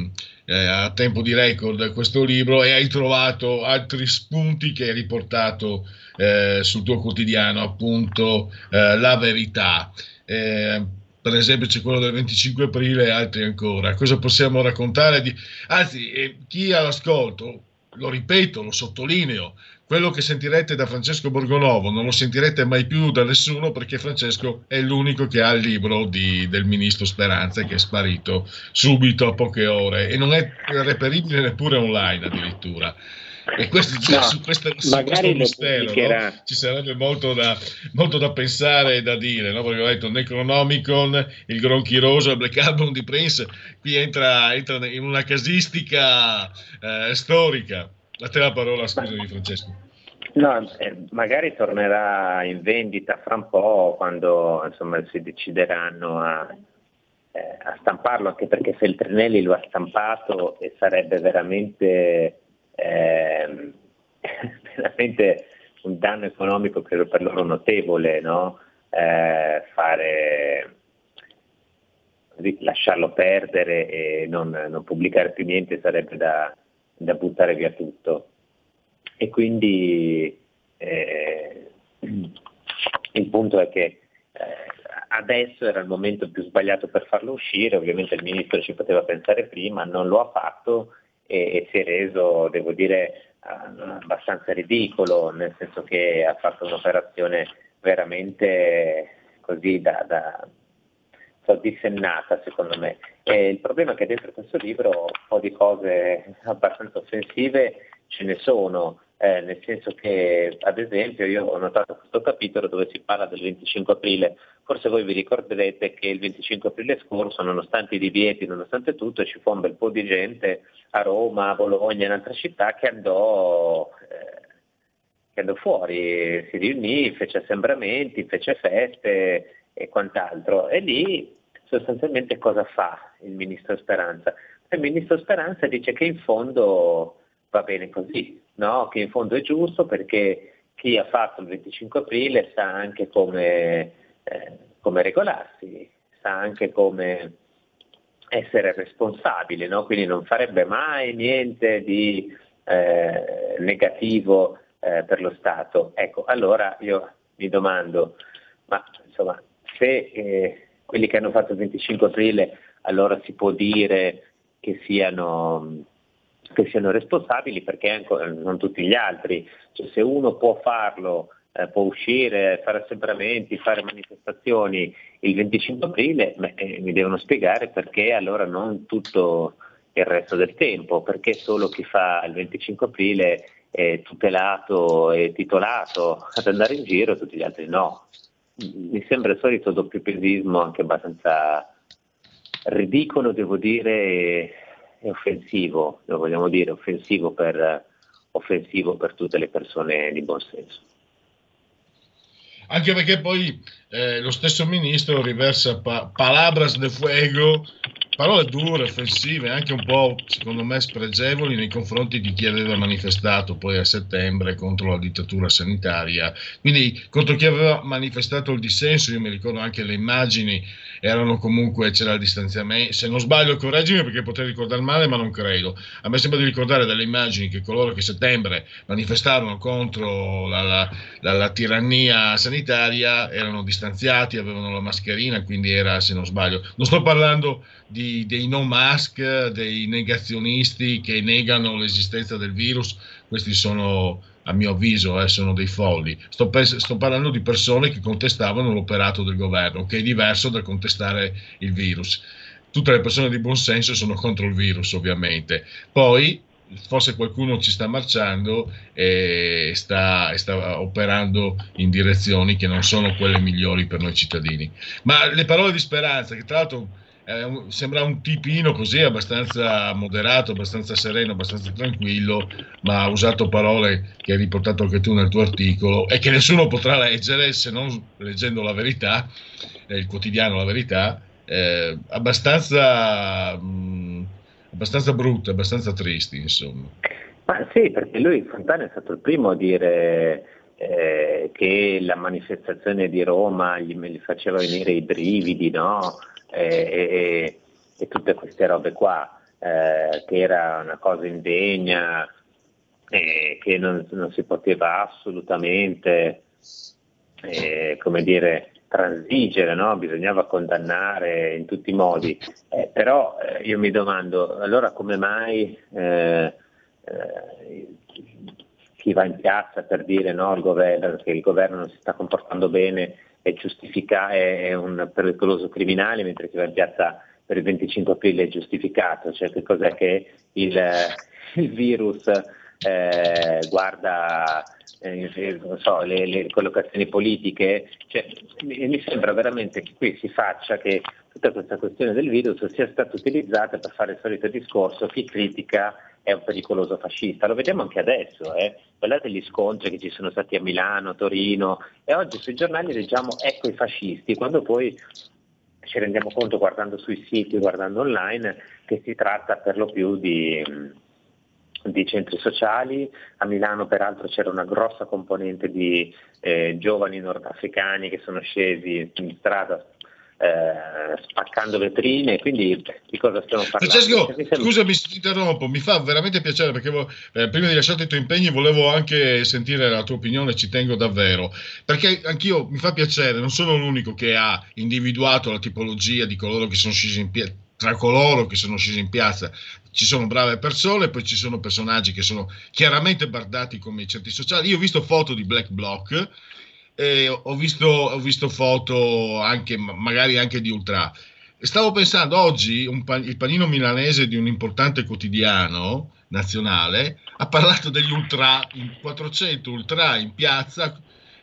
eh, a tempo di record questo libro e hai trovato altri spunti che hai riportato eh, sul tuo quotidiano, appunto eh, La Verità. Eh, per esempio c'è quello del venticinque aprile e altri ancora. Cosa possiamo raccontare di... Anzi, eh, chi ha l'ascolto, lo ripeto, lo sottolineo, quello che sentirete da Francesco Borgonovo non lo sentirete mai più da nessuno, perché Francesco è l'unico che ha il libro di, del ministro Speranza, che è sparito subito a poche ore e non è reperibile neppure online addirittura. E questo, no, su questo, su magari questo mistero, no? Ci sarebbe molto da, molto da pensare e da dire, no? Perché ho detto Necronomicon, il Gronchiroso, il Black Album di Prince, qui entra, entra in una casistica eh, storica. A te la parola, scusami Francesco. No, eh, magari tornerà in vendita fra un po', quando insomma si decideranno a, eh, a stamparlo, anche perché Feltrinelli lo ha stampato e sarebbe veramente Eh, veramente un danno economico, credo, per loro notevole, no? Eh, fare così, lasciarlo perdere e non, non pubblicare più niente sarebbe da, da buttare via tutto. E quindi eh, il punto è che eh, adesso era il momento più sbagliato per farlo uscire. Ovviamente il ministro ci poteva pensare prima, non lo ha fatto e si è reso, devo dire, abbastanza ridicolo, nel senso che ha fatto un'operazione veramente così da, da so, dissennata, secondo me. E il problema è che dentro questo libro un po' di cose abbastanza offensive ce ne sono, eh, nel senso che, ad esempio, io ho notato questo capitolo dove si parla del venticinque aprile. Forse voi vi ricorderete che il venticinque aprile scorso, nonostante i divieti, nonostante tutto, ci fu un bel po' di gente a Roma, a Bologna, in altre città, che andò, eh, che andò fuori, si riunì, fece assembramenti, fece feste e quant'altro. E lì sostanzialmente cosa fa il ministro Speranza? Il ministro Speranza dice che in fondo va bene così, no? Che in fondo è giusto, perché chi ha fatto il venticinque aprile sa anche come... Eh, come regolarsi, sa anche come essere responsabile, no? Quindi non farebbe mai niente di eh, negativo eh, per lo Stato. Ecco, allora io mi domando, ma insomma, se eh, quelli che hanno fatto il venticinque aprile, allora si può dire che siano, che siano responsabili, perché anche, non tutti gli altri, cioè, se uno può farlo, Eh, può uscire, fare assembramenti, fare manifestazioni il venticinque aprile, beh, eh, mi devono spiegare perché allora non tutto il resto del tempo, perché solo chi fa il venticinque aprile è tutelato e titolato ad andare in giro e tutti gli altri no. Mi sembra il solito doppiopesismo anche abbastanza ridicolo, devo dire, e, e offensivo, lo vogliamo dire, offensivo per, offensivo per tutte le persone di buon senso. Anche perché poi eh, lo stesso ministro riversa pa- palabras de fuego, parole dure, offensive, anche un po', secondo me, spregevoli nei confronti di chi aveva manifestato poi a settembre contro la dittatura sanitaria, quindi contro chi aveva manifestato il dissenso. Io mi ricordo anche le immagini, erano comunque, c'era il distanziamento, se non sbaglio correggimi perché potrei ricordare male, ma non credo, a me sembra di ricordare delle immagini che coloro che a settembre manifestarono contro la, la, la, la tirannia sanitaria erano distanziati, avevano la mascherina, quindi era, se non sbaglio, non sto parlando di, dei no mask, dei negazionisti che negano l'esistenza del virus. Questi sono, a mio avviso, eh, sono dei folli. Sto, pens- sto parlando di persone che contestavano l'operato del governo, che è diverso dal contestare il virus. Tutte le persone di buon senso sono contro il virus, ovviamente. Poi forse qualcuno ci sta marciando e sta, e sta operando in direzioni che non sono quelle migliori per noi cittadini. Ma le parole di Speranza, che tra l'altro Eh, un, sembra un tipino così abbastanza moderato, abbastanza sereno, abbastanza tranquillo, ma ha usato parole che hai riportato anche tu nel tuo articolo e che nessuno potrà leggere se non leggendo La Verità, eh, il quotidiano La Verità, eh, abbastanza mh, abbastanza brutte, abbastanza tristi, insomma. Ma sì, perché lui, Fontana, è stato il primo a dire eh, che la manifestazione di Roma gli, gli faceva venire i brividi, no? E, e, e tutte queste robe qua. eh, che era una cosa indegna, eh, che non, non si poteva assolutamente, eh, come dire, transigere, no? Bisognava condannare in tutti i modi, eh, però eh, io mi domando allora come mai eh, eh, chi va in piazza per dire no al governo, che il governo non si sta comportando bene è giustificato, è un pericoloso criminale, mentre chi va in piazza per il venticinque aprile è giustificato, cioè che cos'è che il, il virus eh, guarda Eh, non so, le, le collocazioni politiche, cioè, mi, mi sembra veramente che qui si faccia che tutta questa questione del virus sia stata utilizzata per fare il solito discorso: chi critica è un pericoloso fascista. Lo vediamo anche adesso, eh. Guardate gli scontri che ci sono stati a Milano, Torino, e oggi sui giornali leggiamo ecco i fascisti, quando poi ci rendiamo conto, guardando sui siti, guardando online, che si tratta per lo più di di centri sociali. A Milano peraltro c'era una grossa componente di eh, giovani nordafricani che sono scesi in strada eh, spaccando vetrine, quindi di cosa stiamo parlando? Francesco, sembra... scusami se ti interrompo, mi fa veramente piacere perché eh, prima di lasciare i tuoi impegni volevo anche sentire la tua opinione, ci tengo davvero, perché anch'io mi fa piacere, non sono l'unico che ha individuato la tipologia di coloro che sono scesi in piedi. Tra coloro che sono scesi in piazza ci sono brave persone, poi ci sono personaggi che sono chiaramente bardati come i centri sociali. Io ho visto foto di Black Bloc, e ho visto, ho visto foto anche magari anche di Ultra. E stavo pensando, oggi un pan, il panino milanese di un importante quotidiano nazionale ha parlato degli Ultra, in quattrocento Ultra in piazza,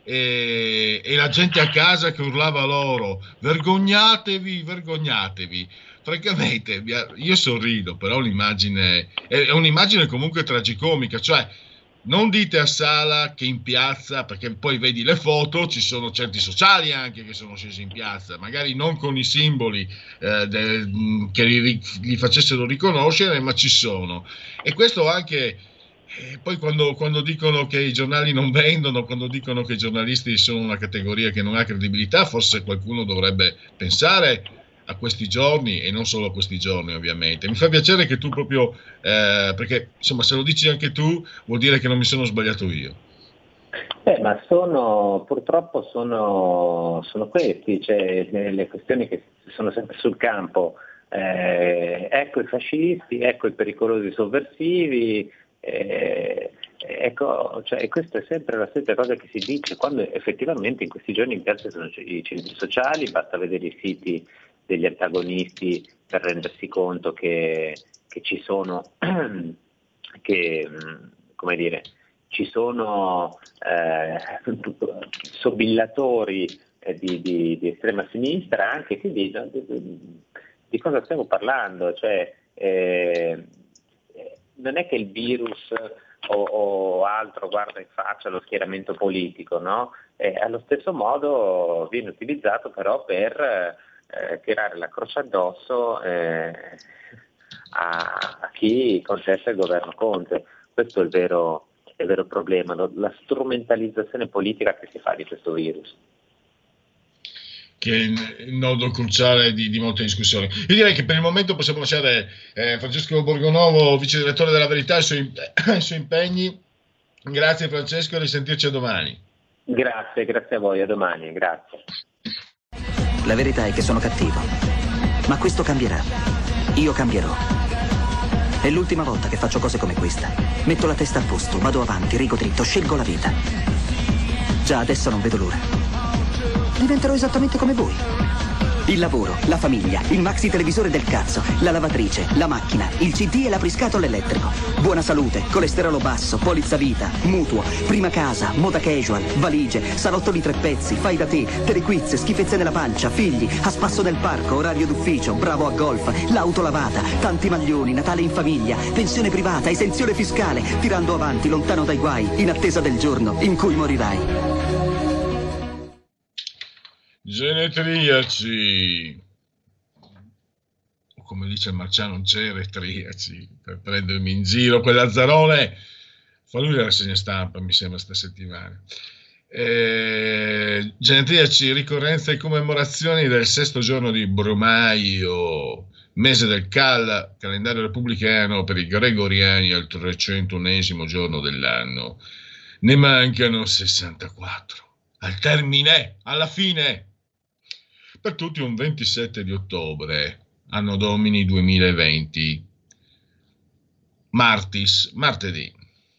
e, e la gente a casa che urlava loro: vergognatevi, vergognatevi. Francamente io sorrido, però l'immagine è un'immagine comunque tragicomica, cioè non dite a Sala che in piazza, perché poi vedi le foto, ci sono centri sociali anche che sono scesi in piazza, magari non con i simboli eh, de, che li, li facessero riconoscere, ma ci sono. E questo anche eh, poi quando, quando dicono che i giornali non vendono, quando dicono che i giornalisti sono una categoria che non ha credibilità, forse qualcuno dovrebbe pensare a questi giorni, e non solo a questi giorni ovviamente. Mi fa piacere che tu proprio, eh, perché insomma se lo dici anche tu vuol dire che non mi sono sbagliato io. Eh, ma sono, purtroppo sono, sono questi, cioè le questioni che sono sempre sul campo, eh, ecco i fascisti, ecco i pericolosi sovversivi, eh, ecco, cioè, questa è sempre la stessa cosa che si dice, quando effettivamente in questi giorni in piazza sono i centri sociali, basta vedere i siti degli antagonisti per rendersi conto che, che ci sono che come dire ci sono eh, sobillatori eh, di, di, di estrema sinistra anche, quindi di, di cosa stiamo parlando? Cioè eh, non è che il virus o, o altro guarda in faccia lo schieramento politico, no? Eh, allo stesso modo viene utilizzato però per Eh, tirare la croce addosso eh, a, a chi contesta il governo Conte. Questo è il vero, è il vero problema, lo, la strumentalizzazione politica che si fa di questo virus, che è il nodo cruciale di, di molte discussioni. Io direi che per il momento possiamo lasciare eh, Francesco Borgonovo, vice direttore della Verità, ai suoi, ai suoi impegni. Grazie Francesco, e risentirci a domani. Grazie, grazie a voi, a domani, grazie. La verità è che sono cattivo, ma questo cambierà. Io cambierò. È l'ultima volta che faccio cose come questa. Metto la testa a posto, vado avanti, rigo dritto, scelgo la vita. Già adesso non vedo l'ora. Diventerò esattamente come voi. Il lavoro, la famiglia, il maxi televisore del cazzo, la lavatrice, la macchina, il C D e l'apriscatole elettrico. Buona salute, colesterolo basso, polizza vita, mutuo, prima casa, moda casual, valigie, salottoli tre pezzi, fai da te, telequiz, schifezze nella pancia, figli, a spasso nel parco, orario d'ufficio, bravo a golf, l'auto lavata, tanti maglioni, Natale in famiglia, pensione privata, esenzione fiscale, tirando avanti, lontano dai guai, in attesa del giorno in cui morirai. Genetriaci, o come dice il Marciano, geretriaci, per prendermi in giro, quell'Azzarone fa lui la rassegna stampa, mi sembra, sta settimana. Eh, genetriaci, ricorrenze e commemorazioni del sesto giorno di Brumaio mese del Cal, calendario repubblicano, per i gregoriani al trecentunesimo giorno dell'anno. Ne mancano sessantaquattro. Al termine, alla fine. Per tutti un ventisette di ottobre, anno domini duemilaventi. Martis, martedì.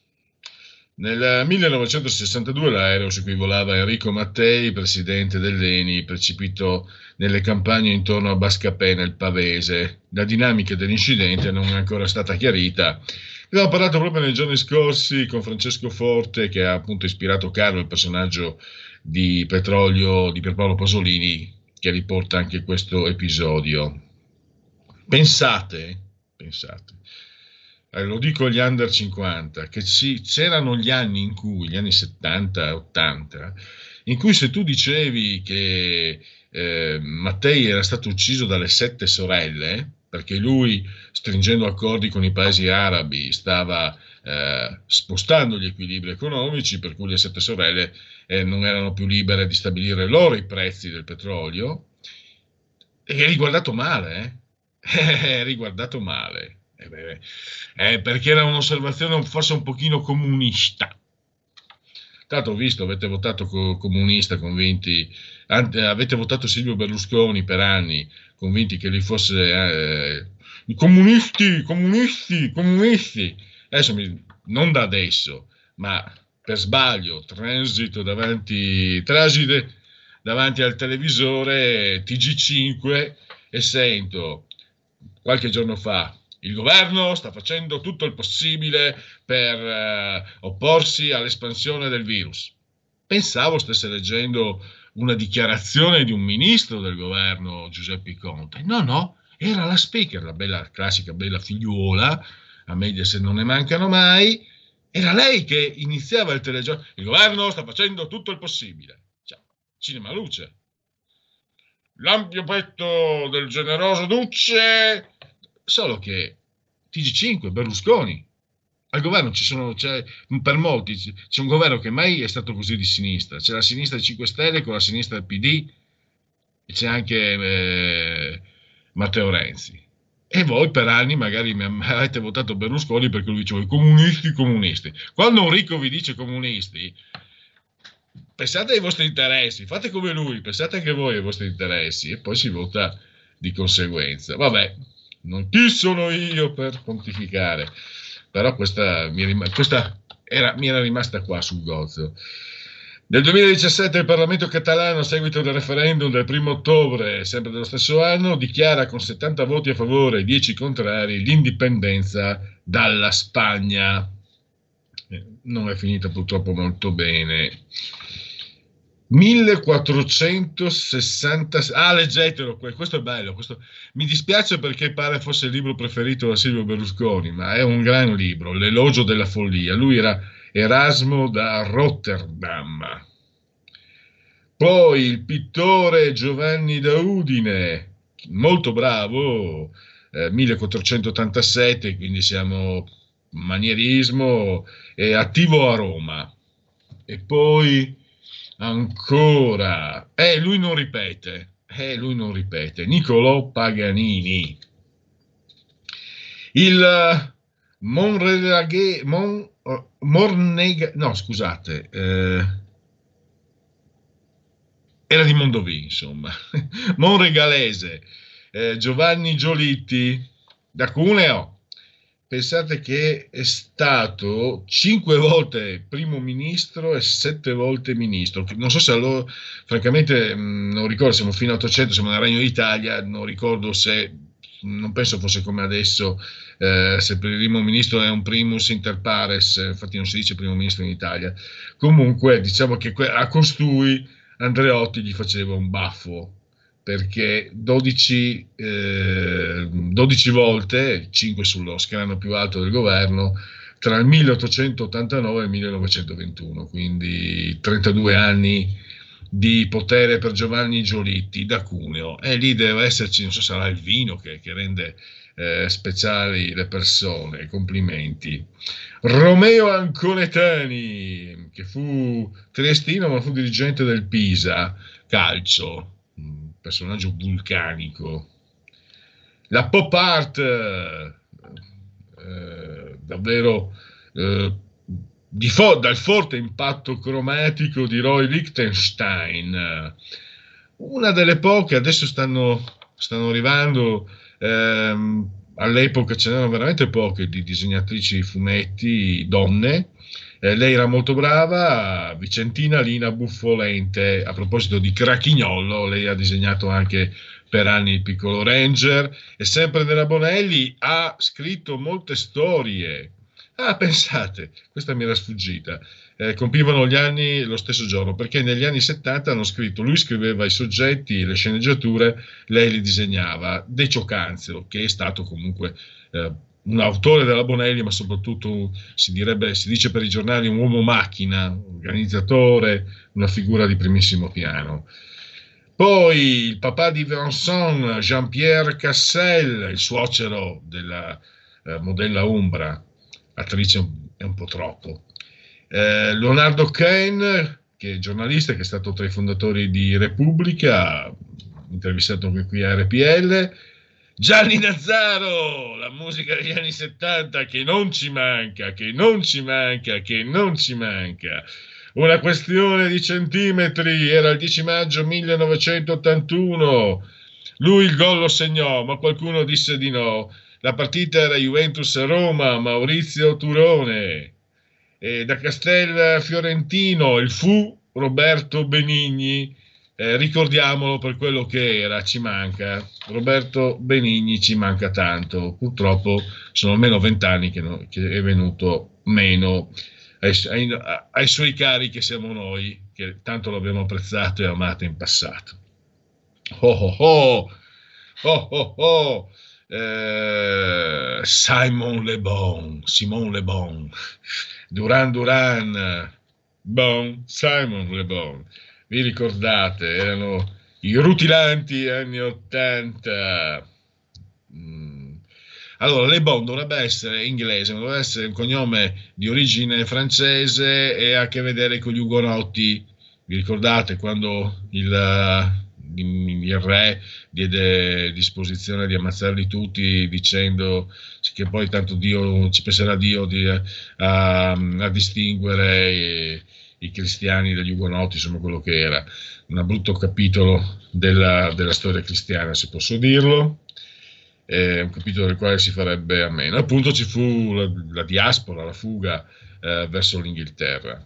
Nel millenovecentosessantadue l'aereo su cui volava Enrico Mattei, presidente dell'Eni, precipitò nelle campagne intorno a Bascapè nel Pavese. La dinamica dell'incidente non è ancora stata chiarita. Abbiamo parlato proprio nei giorni scorsi con Francesco Forte, che ha appunto ispirato Carlo, il personaggio di Petrolio di Pierpaolo Pasolini, che riporta anche questo episodio. Pensate, pensate, eh, lo dico agli under cinquanta, che ci, c'erano gli anni in cui, gli anni settanta ottanta, in cui se tu dicevi che eh, Mattei era stato ucciso dalle sette sorelle, perché lui, stringendo accordi con i paesi arabi, stava eh, spostando gli equilibri economici, per cui le sette sorelle eh, non erano più libere di stabilire loro i prezzi del petrolio, e è riguardato male, eh? è riguardato male, eh, beh, eh, perché era un'osservazione forse un pochino comunista. Tanto ho visto, avete votato co- comunista, convinti, avete votato Silvio Berlusconi per anni, convinti che lui fosse eh, i comunisti, comunisti, comunisti. Adesso mi, non da adesso, ma per sbaglio transito davanti, transite davanti al televisore T G cinque e sento qualche giorno fa: il governo sta facendo tutto il possibile per eh, opporsi all'espansione del virus. Pensavo stesse leggendo una dichiarazione di un ministro del governo, Giuseppe Conte. No, no, era la speaker, la bella, classica bella figliuola, a Mediaset non ne mancano mai, era lei che iniziava il telegiornale. Il governo sta facendo tutto il possibile. Cioè, cinema luce. L'ampio petto del generoso Duce. Solo che T G cinque, Berlusconi, al governo ci sono, c'è, per molti, c'è un governo che mai è stato così di sinistra. C'è la sinistra dei cinque Stelle con la sinistra del P D e c'è anche eh, Matteo Renzi. E voi per anni magari mi avete votato Berlusconi perché lui diceva comunisti, comunisti. Quando un ricco vi dice comunisti, pensate ai vostri interessi, fate come lui, pensate anche voi ai vostri interessi e poi si vota di conseguenza. Vabbè, non chi sono io per pontificare, però questa, mi, rim- questa era, mi era rimasta qua sul gozzo. Nel duemiladiciassette il Parlamento catalano, a seguito del referendum del primo ottobre, sempre dello stesso anno, dichiara con settanta voti a favore e dieci contrari l'indipendenza dalla Spagna. Eh, non è finita purtroppo molto bene. millequattrocentosessanta. Ah, leggetelo, questo è bello. Questo... Mi dispiace perché pare fosse il libro preferito da Silvio Berlusconi, ma è un gran libro, L'elogio della follia. Lui era Erasmo da Rotterdam. Poi il pittore Giovanni da Udine, molto bravo, eh, millequattrocentottantasette, quindi siamo manierismo, è attivo a Roma. E poi ancora, eh, lui non ripete, eh, lui non ripete, Niccolò Paganini. Il Monreale, Mon, Mornega, no scusate, eh, era di Mondovì, insomma, Monregalese, eh, Giovanni Giolitti, da Cuneo. Pensate che è stato cinque volte primo ministro e sette volte ministro. Non so se allora, francamente, non ricordo, siamo fino all'Ottocento, siamo nel Regno d'Italia, non ricordo se, non penso fosse come adesso, eh, se per il primo ministro è un primus inter pares, infatti non si dice primo ministro in Italia. Comunque, diciamo che a costui Andreotti gli faceva un baffo, perché dodici, eh, dodici volte, cinque sullo scranno più alto del governo, tra il milleottocentottantanove e il millenovecentoventuno, quindi trentadue anni di potere per Giovanni Giolitti da Cuneo. E lì deve esserci, non so, sarà il vino che, che rende eh, speciali le persone. Complimenti. Romeo Anconetani, che fu triestino ma fu dirigente del Pisa Calcio, personaggio vulcanico. la pop art eh, eh, davvero eh, di fo- dal forte impatto cromatico di Roy Lichtenstein, una delle poche, adesso stanno, stanno arrivando, ehm, all'epoca ce n'erano veramente poche di disegnatrici di fumetti donne. Eh, lei era molto brava, Vicentina Lina Buffolente. A proposito di Crachignollo, lei ha disegnato anche per anni il Piccolo Ranger, e sempre nella Bonelli ha scritto molte storie. Ah, pensate, questa mi era sfuggita. Eh, compivano gli anni lo stesso giorno, perché negli anni settanta hanno scritto, lui scriveva i soggetti, le sceneggiature, lei li disegnava. Decio Canzelo, che è stato comunque eh, un autore della Bonelli, ma soprattutto si direbbe, si dice per i giornali, un uomo macchina, organizzatore, una figura di primissimo piano. Poi il papà di Vincent, Jean-Pierre Cassel, il suocero della eh, modella Umbra, attrice è un po' troppo. Eh, Leonardo Cohen, che è giornalista, che è stato tra i fondatori di Repubblica, intervistato anche qui a R P L. Gianni Nazzaro, la musica degli anni settanta che non ci manca, che non ci manca, che non ci manca. Una questione di centimetri, era il dieci maggio millenovecentottantuno. Lui il gol lo segnò, ma qualcuno disse di no. La partita era Juventus-Roma, Maurizio Turone. E da Castel Fiorentino il fu Roberto Benigni. Eh, ricordiamolo per quello che era, ci manca. Roberto Benigni ci manca tanto. Purtroppo sono almeno vent'anni che, no, che è venuto meno ai, ai, ai suoi cari che siamo noi, che tanto l'abbiamo apprezzato e amato in passato. Oh oh oh! Oh oh oh! Eh, Simon Le Bon, Simon Le Bon, Duran Duran, Bon, Simon Le Bon. Vi ricordate? Erano i rutilanti anni ottanta. Mm. Allora, Le Bon dovrebbe essere inglese, ma dovrebbe essere un cognome di origine francese e ha a che vedere con gli ugonotti. Vi ricordate quando il... il re diede disposizione di ammazzarli tutti dicendo che poi tanto Dio ci penserà Dio di, a, a distinguere i, i cristiani dagli ugonoti, insomma quello che era un brutto capitolo della, della storia cristiana, se posso dirlo, eh, un capitolo del quale si farebbe a meno. Appunto ci fu la, la diaspora, la fuga eh, verso l'Inghilterra.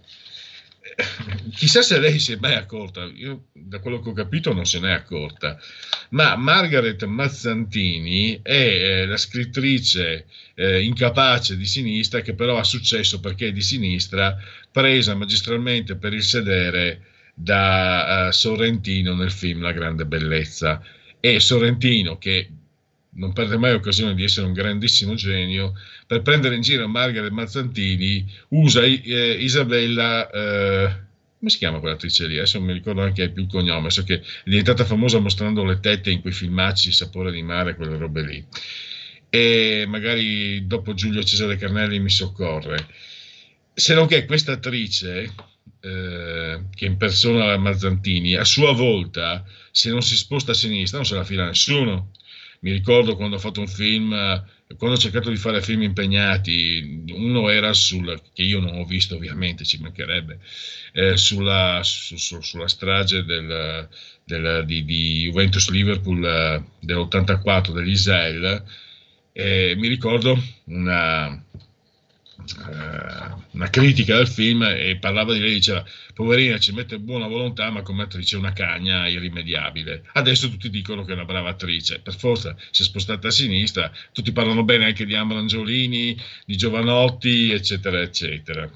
Chissà se lei si è mai accorta, io da quello che ho capito non se n'è accorta, ma Margaret Mazzantini è eh, la scrittrice eh, incapace di sinistra, che però ha successo perché è di sinistra, presa magistralmente per il sedere da uh, Sorrentino nel film La Grande Bellezza. E Sorrentino, che non perde mai occasione di essere un grandissimo genio, per prendere in giro Margaret Mazzantini usa eh, Isabella, eh, come si chiama quell'attrice lì? Adesso non mi ricordo anche più il cognome, so che è diventata famosa mostrando le tette in quei filmacci Sapore di mare, quelle robe lì. E magari dopo Giulio Cesare Carnelli mi soccorre. Se non che questa attrice, eh, che impersona la Mazzantini, a sua volta, se non si sposta a sinistra non se la fila nessuno. Mi ricordo quando ho fatto un film, quando ho cercato di fare film impegnati, uno era sul, che io non ho visto ovviamente, ci mancherebbe, eh, sulla, su, su, sulla strage del, del, di, di Juventus-Liverpool eh, dell'ottantaquattro degli Israel, e mi ricordo una... una critica del film e parlava di lei, diceva poverina, ci mette buona volontà ma come attrice è una cagna irrimediabile. Adesso tutti dicono che è una brava attrice, per forza si è spostata a sinistra, tutti parlano bene anche di Ambra Angiolini, di Giovanotti, eccetera eccetera.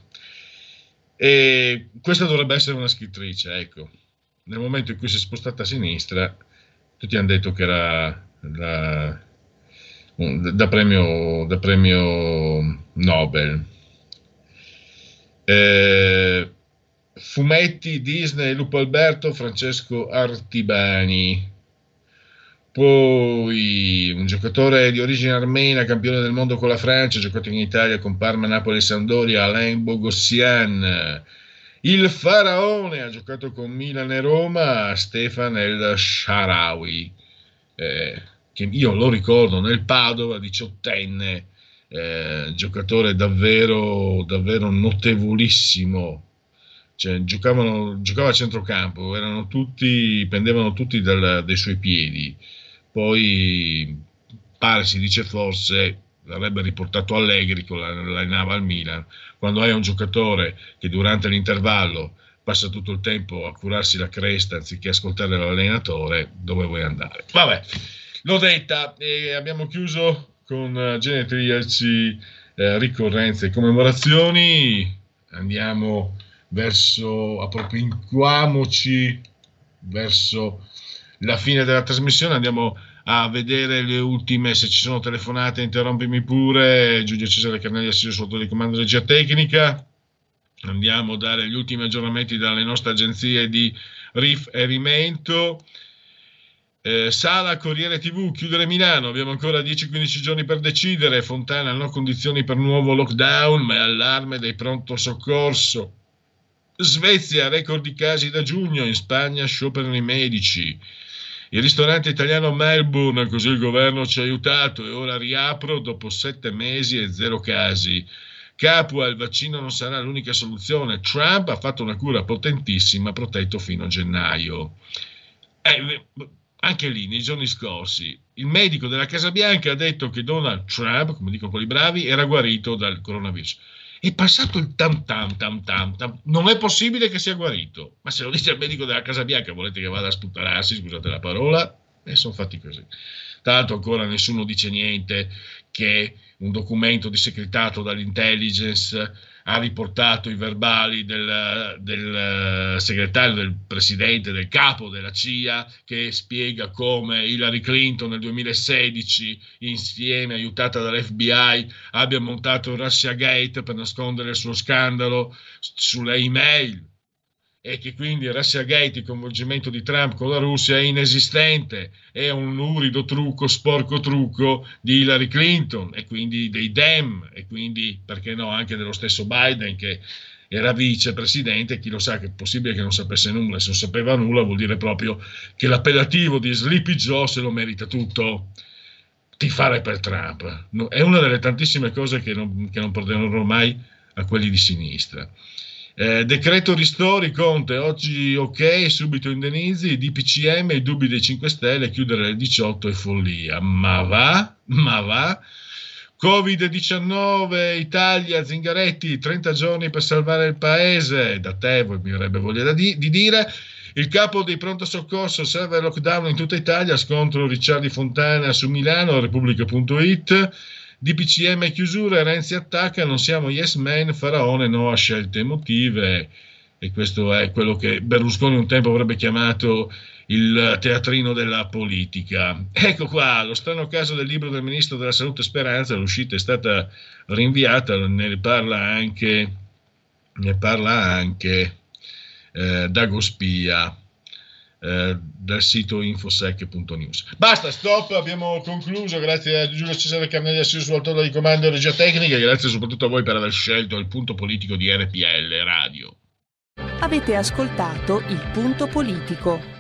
E questa dovrebbe essere una scrittrice, ecco. Nel momento in cui si è spostata a sinistra tutti hanno detto che era la Da premio, da premio Nobel. Eh, fumetti Disney, Lupo Alberto, Francesco Artibani. Poi un giocatore di origine armena, campione del mondo con la Francia, ha giocato in Italia con Parma, Napoli e Sampdoria, Alain Bogossian. Il faraone, ha giocato con Milan e Roma, Stefan El Shaarawy. Eh, che io lo ricordo nel Padova, diciottenne, eh, giocatore davvero, davvero notevolissimo. Cioè, giocavano, giocava a centrocampo, erano tutti, pendevano tutti dal, dai suoi piedi. Poi pare, si dice forse, l'avrebbe riportato Allegri, che allenava al Milan. Quando hai un giocatore che durante l'intervallo passa tutto il tempo a curarsi la cresta anziché ascoltare l'allenatore, dove vuoi andare? Vabbè, l'ho detta, e abbiamo chiuso con genetriaci, eh, ricorrenze e commemorazioni. Andiamo verso, appropinquiamoci verso la fine della trasmissione, andiamo a vedere le ultime, se ci sono telefonate interrompimi pure, Giulio Cesare Carnelli assiso sotto di comando di regia tecnica. Andiamo a dare gli ultimi aggiornamenti dalle nostre agenzie di riferimento. Eh, Sala, Corriere tivù, chiudere Milano, abbiamo ancora dieci quindici giorni per decidere. Fontana, no condizioni per nuovo lockdown, ma è allarme dei pronto soccorso. Svezia, record di casi da giugno, in Spagna scioperano i medici. Il ristorante italiano a Melbourne, così il governo ci ha aiutato e ora riapro dopo sette mesi e zero casi. Capua, il vaccino non sarà l'unica soluzione. Trump ha fatto una cura potentissima, protetto fino a gennaio. Eh, anche lì, nei giorni scorsi, il medico della Casa Bianca ha detto che Donald Trump, come dicono quelli bravi, era guarito dal coronavirus. È passato il tam tam tam tam tam. Non è possibile che sia guarito. Ma se lo dice il medico della Casa Bianca, volete che vada a sputtanarsi, scusate la parola? E sono fatti così. Tra l'altro ancora nessuno dice niente, che un documento disecretato dall'intelligence ha riportato i verbali del, del segretario, del presidente, del capo della C I A, che spiega come Hillary Clinton nel duemilasedici, insieme aiutata dall'F B I, abbia montato il Russia Gate per nascondere il suo scandalo sulle email, e che quindi il Russia Gate, il coinvolgimento di Trump con la Russia, è inesistente, è un lurido trucco, sporco trucco di Hillary Clinton e quindi dei Dem, e quindi, perché no, anche dello stesso Biden, che era vicepresidente. Chi lo sa, che è possibile che non sapesse nulla, e se non sapeva nulla vuol dire proprio che l'appellativo di Sleepy Joe se lo merita tutto. Tifare per Trump no, è una delle tantissime cose che non, che non perdonerò mai a quelli di sinistra. Eh, decreto ristori, Conte, oggi ok, subito indennizi, D P C M, i dubbi dei cinque Stelle, chiudere alle diciotto è follia. Ma va? Ma va? covid diciannove, Italia, Zingaretti, trenta giorni per salvare il paese, da te mi avrebbe voglia di, di dire. Il capo dei pronto soccorso, serve lockdown in tutta Italia, scontro Ricciardi Fontana su Milano, Repubblica punto it. D P C M chiusura, Renzi attacca, non siamo yes men, Faraone no a scelte emotive, e questo è quello che Berlusconi un tempo avrebbe chiamato il teatrino della politica. Ecco qua, lo strano caso del libro del ministro della Salute Speranza, l'uscita è stata rinviata, ne parla anche, ne parla anche eh, Dago Spia. Eh, dal sito infosec punto news. Basta, stop, abbiamo concluso. Grazie a Giulio Cesare Carnelli assiso sul torno di comando e regia tecnica, e grazie soprattutto a voi per aver scelto il punto politico di R P L Radio. Avete ascoltato Il Punto Politico.